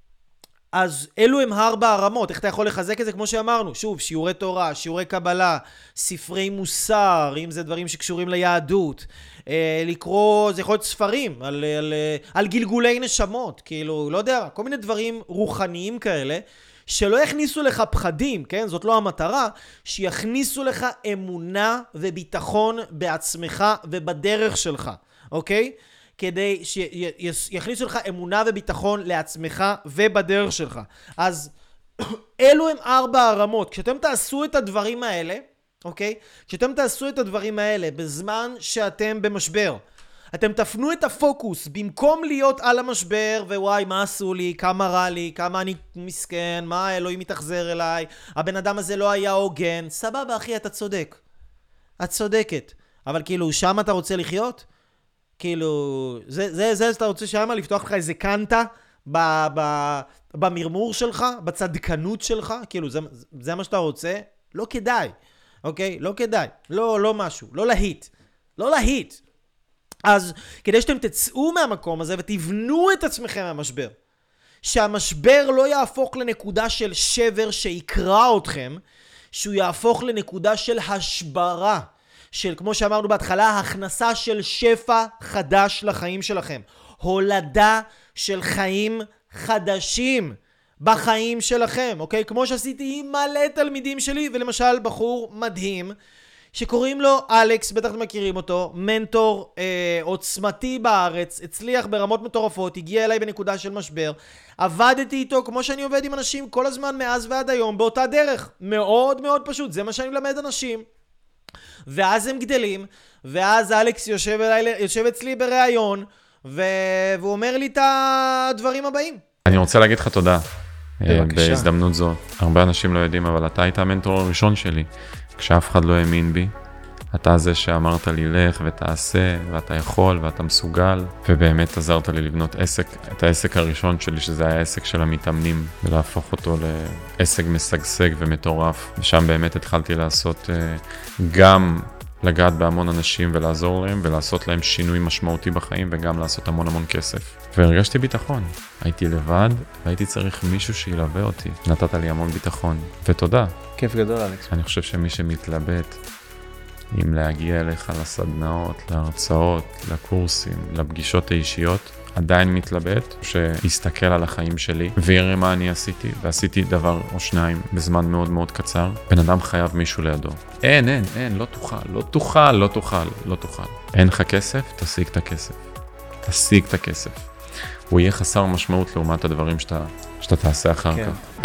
A: אז אלו הם ארבע הרמות, איך אתה יכול לחזק את זה? כמו שאמרנו, שוב, שיעורי תורה, שיעורי קבלה, ספרי מוסר, אם זה דברים שקשורים ליהדות, אה, לקרוא, זה יכול להיות ספרים על, על, על גלגולי נשמות, כאילו, לא יודע, כל מיני דברים רוחניים כאלה, שלא יכניסו לך פחדים, כן? זאת לא המטרה, שיכניסו לך אמונה וביטחון בעצמך ובדרך שלך, אוקיי? כדי שיכניסו לך אמונה וביטחון לעצמך ובדרך שלך. אז אלו הם ארבע הרמות. כשאתם תעשו את הדברים האלה, אוקיי? כשאתם תעשו את הדברים האלה בזמן שאתם במשבר, אתם תפנו את הפוקוס במקום להיות על המשבר ווואי מה עשו לי, כמה רע לי, כמה אני מסכן, מה אלוהים מתאכזר אליי, הבן אדם הזה לא היה הוגן. סבבה אחי, אתה צודק. את צודקת. אבל כאילו שם אתה רוצה לחיות? כאילו, זה, זה, זה, אתה רוצה שמה לפתוח לך איזה קנטה ב, ב, במרמור שלך, בצדקנות שלך, כאילו, זה, זה מה שאתה רוצה? לא כדאי, אוקיי? לא כדאי, לא, לא משהו, לא להיט, לא להיט. אז כדי שאתם תצאו מהמקום הזה ותבנו את עצמכם מהמשבר, שהמשבר לא יהפוך לנקודה של שבר שיקרא אתכם, שהוא יהפוך לנקודה של השברה, של, כמו שאמרנו בהתחלה, הכנסה של שפע חדש לחיים שלכם. הולדה של חיים חדשים בחיים שלכם, אוקיי? כמו שעשיתי עם מלא תלמידים שלי, ולמשל בחור מדהים, שקוראים לו אלכס, בטח אתם מכירים אותו, מנטור אה, עוצמתי בארץ, הצליח ברמות מטורפות, הגיע אליי בנקודה של משבר, עבדתי איתו כמו שאני עובד עם אנשים כל הזמן מאז ועד היום, באותה דרך, מאוד מאוד פשוט, זה מה שאני מלמד אנשים. ואז הם גדלים, ואז אלכס יושב, אליי, יושב אצלי בראיון, ו... והוא אומר לי את הדברים הבאים.
B: אני רוצה להגיד לך תודה, בהזדמנות זו. הרבה אנשים לא יודעים, אבל אתה היית המנטור הראשון שלי, כשאף אחד לא האמין בי. אתה זה שאמרת לי לך ותעשה, ואתה יכול ואתה מסוגל, ובאמת עזרת לי לבנות עסק, את העסק הראשון שלי, שזה היה העסק של המתאמנים, ולהפוך אותו לעסק משגשג ומטורף. ושם באמת התחלתי לעשות גם לגעת בהמון אנשים ולעזור להם, ולעשות להם שינוי משמעותי בחיים, וגם לעשות המון המון כסף. והרגשתי ביטחון. הייתי לבד, והייתי צריך מישהו שילווה אותי. נתת לי המון ביטחון. ותודה.
C: כיף גדול, אלכס.
B: אני חושב שמי שמתלבט, אם להגיע אליך לסדנאות, להרצאות, לקורסים, לפגישות האישיות, עדיין מתלבט, שיסתכל על החיים שלי ויראה מה אני עשיתי, ועשיתי דבר או שניים בזמן מאוד מאוד קצר. בן אדם חייב מישהו לידו. אין, אין, אין, לא תוכל, לא תוכל, לא תוכל, לא תוכל. אין לך כסף, תשיג את הכסף. תשיג את הכסף. הוא יהיה חסר משמעות לעומת הדברים שאתה, שאתה תעשה אחר
C: כן.
B: כך.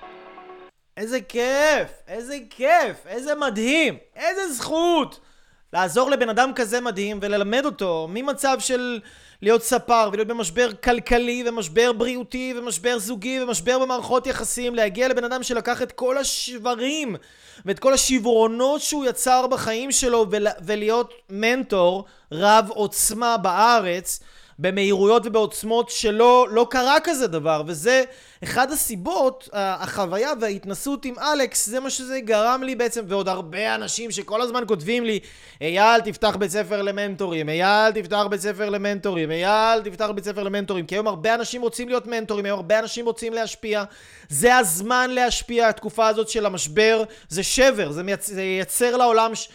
A: איזה כיף, איזה כיף, איזה מדהים, איזה זכות. לעזור לבן אדם כזה מדהים וללמד אותו ממצב של להיות ספר ולהיות במשבר כלכלי ומשבר בריאותי ומשבר זוגי ומשבר במערכות יחסים, להגיע לבן אדם שלקח את כל השברים ואת כל השברונות שהוא יצר בחיים שלו ולהיות מנטור רב עוצמה בארץ במהירויות ובעוצמות שלא לא קרה כזה דבר. וזה אחד הסיבות, החוויה וההתנסות עם אלכס, זה מה שזה גרם לי בעצם, ועוד הרבה אנשים שכל הזמן כותבים לי, אייל תפתח בית ספר למנטורים, אייל תפתח בית ספר למנטורים, אייל תפתח בית ספר למנטורים, כי היום הרבה אנשים רוצים להיות מנטורים, היום הרבה אנשים רוצים להשפיע, זה הזמן להשפיע. התקופה הזאת של המשבר זה שבר, זה, מייצ... זה ייצר לעולם ש...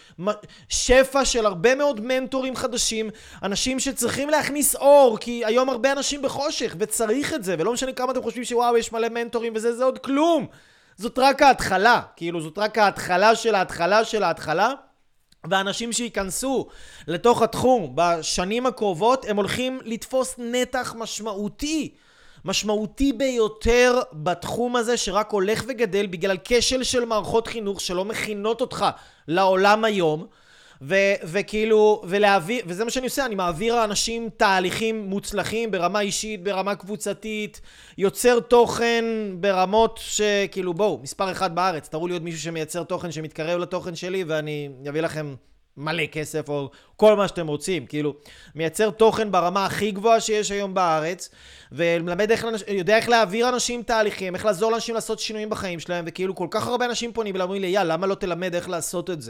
A: שפע של הרבה מאוד מנטורים חדשים, אנשים שצריכים להכניס אור, כי היום הרבה אנשים בחושך וצריך את זה, ולא משנה כמה אתם חושבים שוואו יש מלא מנטורים וזה, זה עוד כלום, זאת רק ההתחלה, כאילו זאת רק ההתחלה של ההתחלה של ההתחלה. ואנשים שיכנסו לתוך התחום בשנים הקרובות הם הולכים לתפוס נתח משמעותי משמעותי ביותר בתחום הזה, שרק הולך וגדל בגלל כשל של מערכות חינוך שלא מכינות אותך לעולם היום. ו- וכאילו, ולהעביר, וזה מה שאני עושה, אני מעביר לאנשים תהליכים מוצלחים ברמה אישית, ברמה קבוצתית, יוצר תוכן ברמות שכאילו בואו, מספר אחד בארץ, תראו לי עוד מישהו שמייצר תוכן שמתקרב לתוכן שלי ואני אביא לכם מלא כסף או כל מה שאתם רוצים. כאילו מייצר תוכן ברמה הכי גבוהה שיש היום בארץ, ומלמד איך, יודע איך להעביר אנשים תהליכים, איך לעזור לאנשים לעשות שינויים בחיים שלהם, וכאילו כל כך הרבה אנשים פונים ולאמרים לי, יאללה, למה לא תלמד איך לעשות את זה?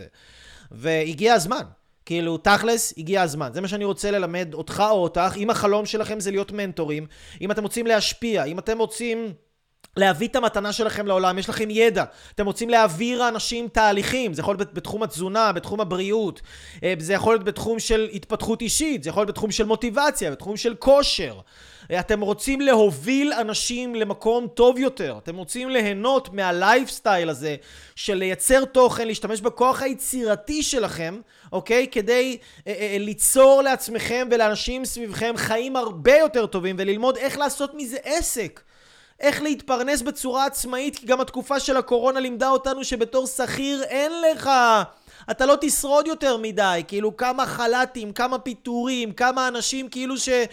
A: והגיע הזמן, כאילו תכלס הגיע הזמן. זה מה שאני רוצה ללמד אותך או אותך. אם החלום שלכם זה להיות מנטורים, אם אתם רוצים להשפיע, אם אתם רוצים להביא את המתנה שלכם לעולם, יש לכם ידע, אתם רוצים להעביר אנשים תהליכים, זה יכול להיות בתחום התזונה, בתחום הבריאות, זה יכול להיות בתחום של התפתחות אישית, זה יכול להיות בתחום של מוטיבציה, בתחום של כושר, אתם רוצים להוביל אנשים למקום טוב יותר, אתם רוצים ליהנות מהלייפסטייל הזה של לייצר תוכן, להשתמש בכוח היצירתי שלכם, אוקיי? כדי אה, אה, ליצור לעצמכם ולאנשים סביבכם חיים הרבה יותר טובים, וללמוד איך לעשות מזה עסק, איך להתפרנס בצורה עצמאית, כי גם התקופה של הקורונה לימדה אותנו שבתור שכיר אין לך, אתה לא תשרוד יותר מדי, כאילו כמה חלטים, כמה פיטורים, כמה אנשים כאילו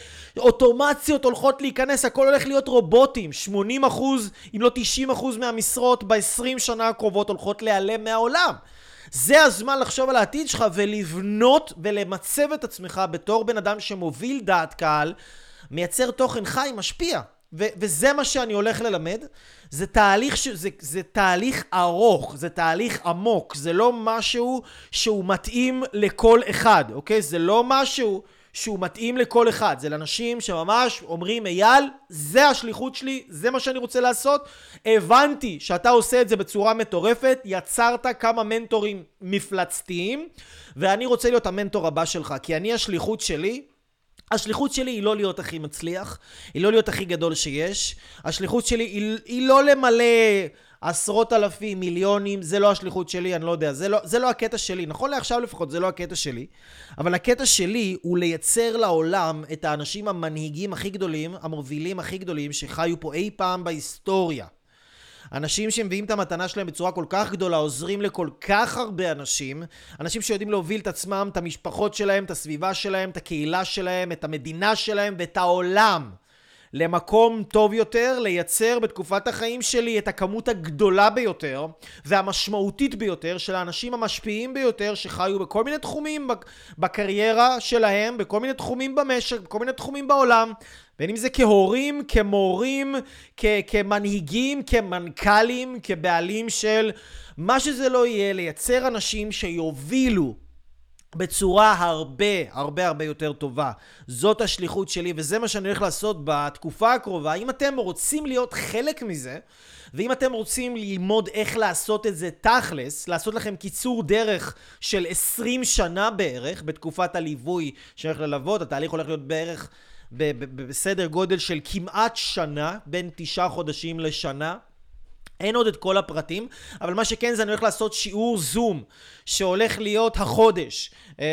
A: שאוטומציות הולכות להיכנס, הכל הולך להיות רובוטים, שמונים אחוז אם לא תשעים אחוז מהמשרות ב-עשרים שנה הקרובות הולכות להיעלם מהעולם. זה הזמן לחשוב על העתיד שלך ולבנות ולמצב את עצמך בתור בן אדם שמוביל דעת קהל, מייצר תוכן חי, משפיע. ו- וזה מה שאני הולך ללמד. זה תהליך, ש- זה, זה תהליך ארוך, זה תהליך עמוק, זה לא משהו שהוא מתאים לכל אחד, אוקיי? זה לא משהו שהוא מתאים לכל אחד, זה לאנשים שממש אומרים, אייל, זה השליחות שלי, זה מה שאני רוצה לעשות, הבנתי שאתה עושה את זה בצורה מטורפת, יצרת כמה מנטורים מפלצתיים, ואני רוצה להיות המנטור הבא שלך, כי אני השליחות שלי, השליחות שלי היא לא להיות הכי מצליח, היא לא להיות הכי גדול שיש, השליחות שלי היא, היא לא למלא עשרות אלפים, מיליונים, זה לא השליחות שלי, אני לא יודע, זה לא, זה לא הקטע שלי, נכון לעכשיו לפחות זה לא הקטע שלי, אבל הקטע שלי הוא לייצר לעולם את האנשים המנהיגים הכי גדולים, המובילים הכי גדולים שחיו פה אי פעם בהיסטוריה. אנשים שמביאים את המתנה שלהם בצורה כל כך גדולה, עוזרים לכל כך הרבה אנשים, אנשים שיודעים להוביל את עצמם, את המשפחות שלהם, את הסביבה שלהם, את הקהילה שלהם, את המדינה שלהם ואת העולם למקום טוב יותר, לייצר בתקופת החיים שלי את הכמות הגדולה ביותר והמשמעותית ביותר של האנשים המשפיעים ביותר שחיו בכל מיני תחומים בקריירה שלהם, בכל מיני תחומים במשק, בכל מיני תחומים בעולם, בין אם זה כהורים, כמורים, כ- כמנהיגים, כמנכ"לים, כבעלים של מה שזה לא יהיה, לייצר אנשים שיובילו בצורה הרבה, הרבה הרבה יותר טובה. זאת השליחות שלי, וזה מה שאני הולך לעשות בתקופה הקרובה. אם אתם רוצים להיות חלק מזה, ואם אתם רוצים ללמוד איך לעשות את זה תכלס, לעשות לכם קיצור דרך של עשרים שנה בערך, בתקופת הליווי שהולך ללוות, התהליך הולך להיות בערך בסדר גודל של כמעט שנה, בין תשעה חודשים לשנה. אין עוד את כל הפרטים, אבל מה שכן זה אני הולך לעשות שיעור זום שהולך להיות החודש,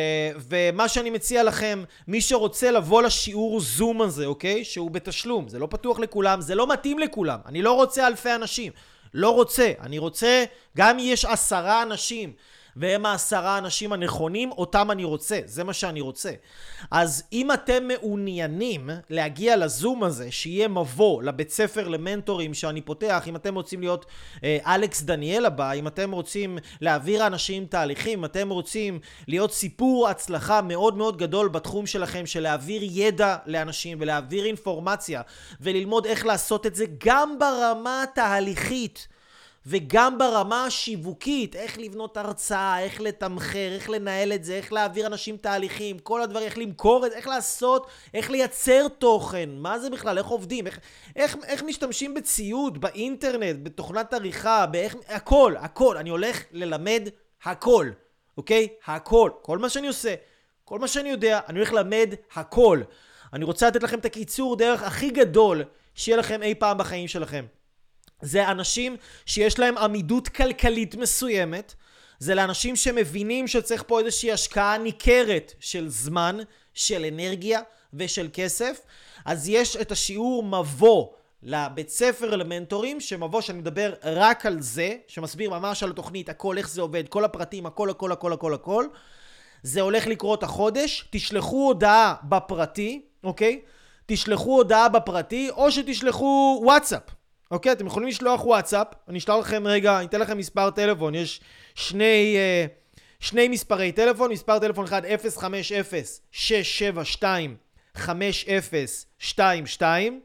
A: ומה שאני מציע לכם, מי שרוצה לבוא לשיעור זום הזה, אוקיי? שהוא בתשלום, זה לא פתוח לכולם, זה לא מתאים לכולם, אני לא רוצה אלפי אנשים, לא רוצה, אני רוצה, גם יש עשרה אנשים, והם העשרה האנשים הנכונים, אותם אני רוצה, זה מה שאני רוצה. אז אם אתם מעוניינים להגיע לזום הזה, שיהיה מבוא לבית ספר למנטורים שאני פותח, אם אתם רוצים להיות אה, אלכס דניאל הבא, אם אתם רוצים להעביר אנשים תהליכים, אם אתם רוצים להיות סיפור הצלחה מאוד מאוד גדול בתחום שלכם, של להעביר ידע לאנשים ולהעביר אינפורמציה, וללמוד איך לעשות את זה גם ברמה התהליכית, וגם ברמה השיווקית, איך לבנות הרצאה, איך לתמחר, איך לנהל את זה, איך להעביר אנשים תהליכים, כל הדברים, איך למכור את זה, איך לעשות, איך לייצר תוכן, מה זה בכלל, איך עובדים, איך, איך, איך משתמשים בציוד, באינטרנט, בתוכנת עריכה, באיך, הכל, הכל, אני הולך ללמד הכל, אוקיי? הכל, כל מה שאני עושה, כל מה שאני יודע, אני הולך ללמד הכל. אני רוצה לתת לכם את הקיצור דרך הכי גדול שיהיה לכם אי פעם בחיים שלכם. זה אנשים שיש להם עמידות כלכלית מסוימת, זה לאנשים שמבינים שצריך פה איזושהי השקעה ניכרת של זמן, של אנרגיה ושל כסף. אז יש את השיעור מבוא לבית ספר למנטורים, שמבוא שאני מדבר רק על זה, שמסביר ממש על התוכנית, הכל, איך זה עובד, כל הפרטים, הכל, הכל, הכל, הכל, הכל. זה הולך לקרות החודש, תשלחו הודעה בפרטי, אוקיי? תשלחו הודעה בפרטי, או שתשלחו וואטסאפ. אוקיי, אתם יכולים לשלוח וואטסאפ, אני אשלח לכם רגע, אני אתן לכם מספר טלפון, יש שני, שני מספרי טלפון, מספר טלפון אחד אפס חמש אפס שש שבע שתיים חמש אפס שתיים שתיים,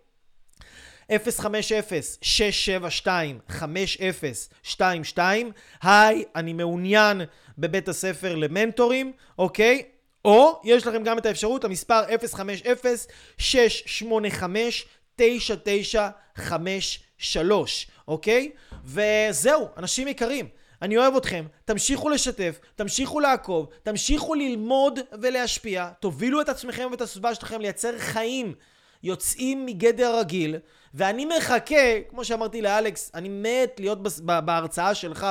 A: אפס חמש אפס שש שבע שתיים חמש אפס שתיים שתיים, היי, אני מעוניין בבית הספר למנטורים, אוקיי? או יש לכם גם את האפשרות, המספר אפס חמש אפס שש שמונה חמש תשע תשע חמש שלוש, אוקיי? וזהו, אנשים יקרים, אני אוהב אתכם, תמשיכו לשתף, תמשיכו לעקוב, תמשיכו ללמוד ולהשפיע, תובילו את עצמכם ואת הסביבה שלכם לייצר חיים יוצאים מגדר הרגיל, ואני מחכה, כמו שאמרתי לאלכס, אני מת להיות בהרצאה שלך,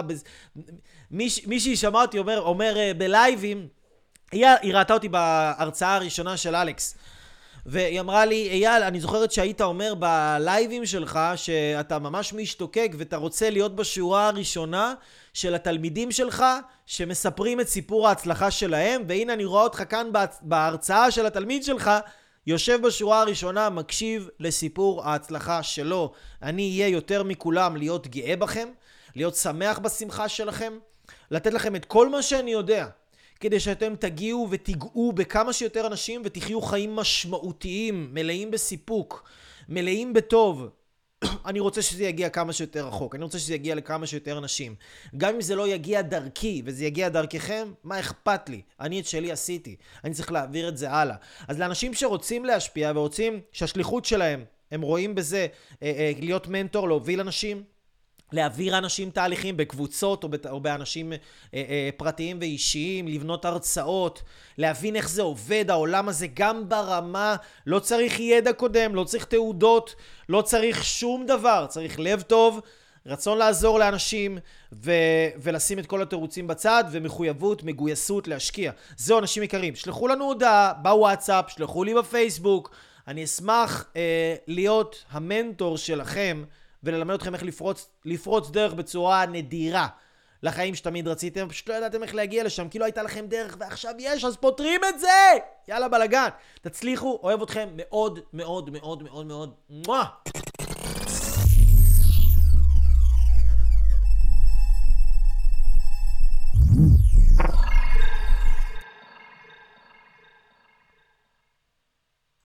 A: מישהי שמע אותי אומר, אומר בלייבים, היא, היא ראתה אותי בהרצאה הראשונה של אלכס, והיא אמרה לי, אייל, אני זוכרת שהיית אומר בלייבים שלך שאתה ממש משתוקק ואתה רוצה להיות בשורה הראשונה של התלמידים שלך שמספרים את סיפור ההצלחה שלהם, והנה אני רואה אותך כאן בהרצאה של התלמיד שלך, יושב בשורה הראשונה, מקשיב לסיפור ההצלחה שלו. אני אהיה יותר מכולם להיות גאה בכם, להיות שמח בשמחה שלכם, לתת לכם את כל מה שאני יודע, כדי שאתם תגיעו ותיגעו בכמה שיותר אנשים ותחיו חיים משמעותיים, מלאים בסיפוק, מלאים בטוב. אני רוצה שזה יגיע כמה שיותר רחוק, אני רוצה שזה יגיע לכמה שיותר אנשים. גם אם זה לא יגיע דרכי וזה יגיע דרככם, מה אכפת לי? אני את שלי עשיתי, אני צריך להעביר את זה הלאה. אז לאנשים שרוצים להשפיע ורוצים שהשליחות שלהם, הם רואים בזה אה, אה, להיות מנטור, להוביל אנשים, להעביר אנשים תהליכים בקבוצות או, בת... או באנשים אה, אה, פרטיים ואישיים, לבנות הרצאות, להבין איך זה עובד, העולם הזה גם ברמה, לא צריך ידע קודם, לא צריך תעודות, לא צריך שום דבר, צריך לב טוב, רצון לעזור לאנשים ו... ולשים את כל התירוצים בצד, ומחויבות, מגויסות להשקיע. זהו אנשים יקרים, שלחו לנו הודעה בוואטסאפ, שלחו לי בפייסבוק, אני אשמח אה, להיות המנטור שלכם, וללמד אתכם איך לפרוץ, לפרוץ דרך בצורה נדירה לחיים שתמיד רציתם, פשוט לא ידעתם איך להגיע לשם, כי לא הייתה לכם דרך, ועכשיו יש, אז פותרים את זה! יאללה בלגן, תצליחו, אוהב אתכם מאוד מאוד מאוד מאוד מאוד.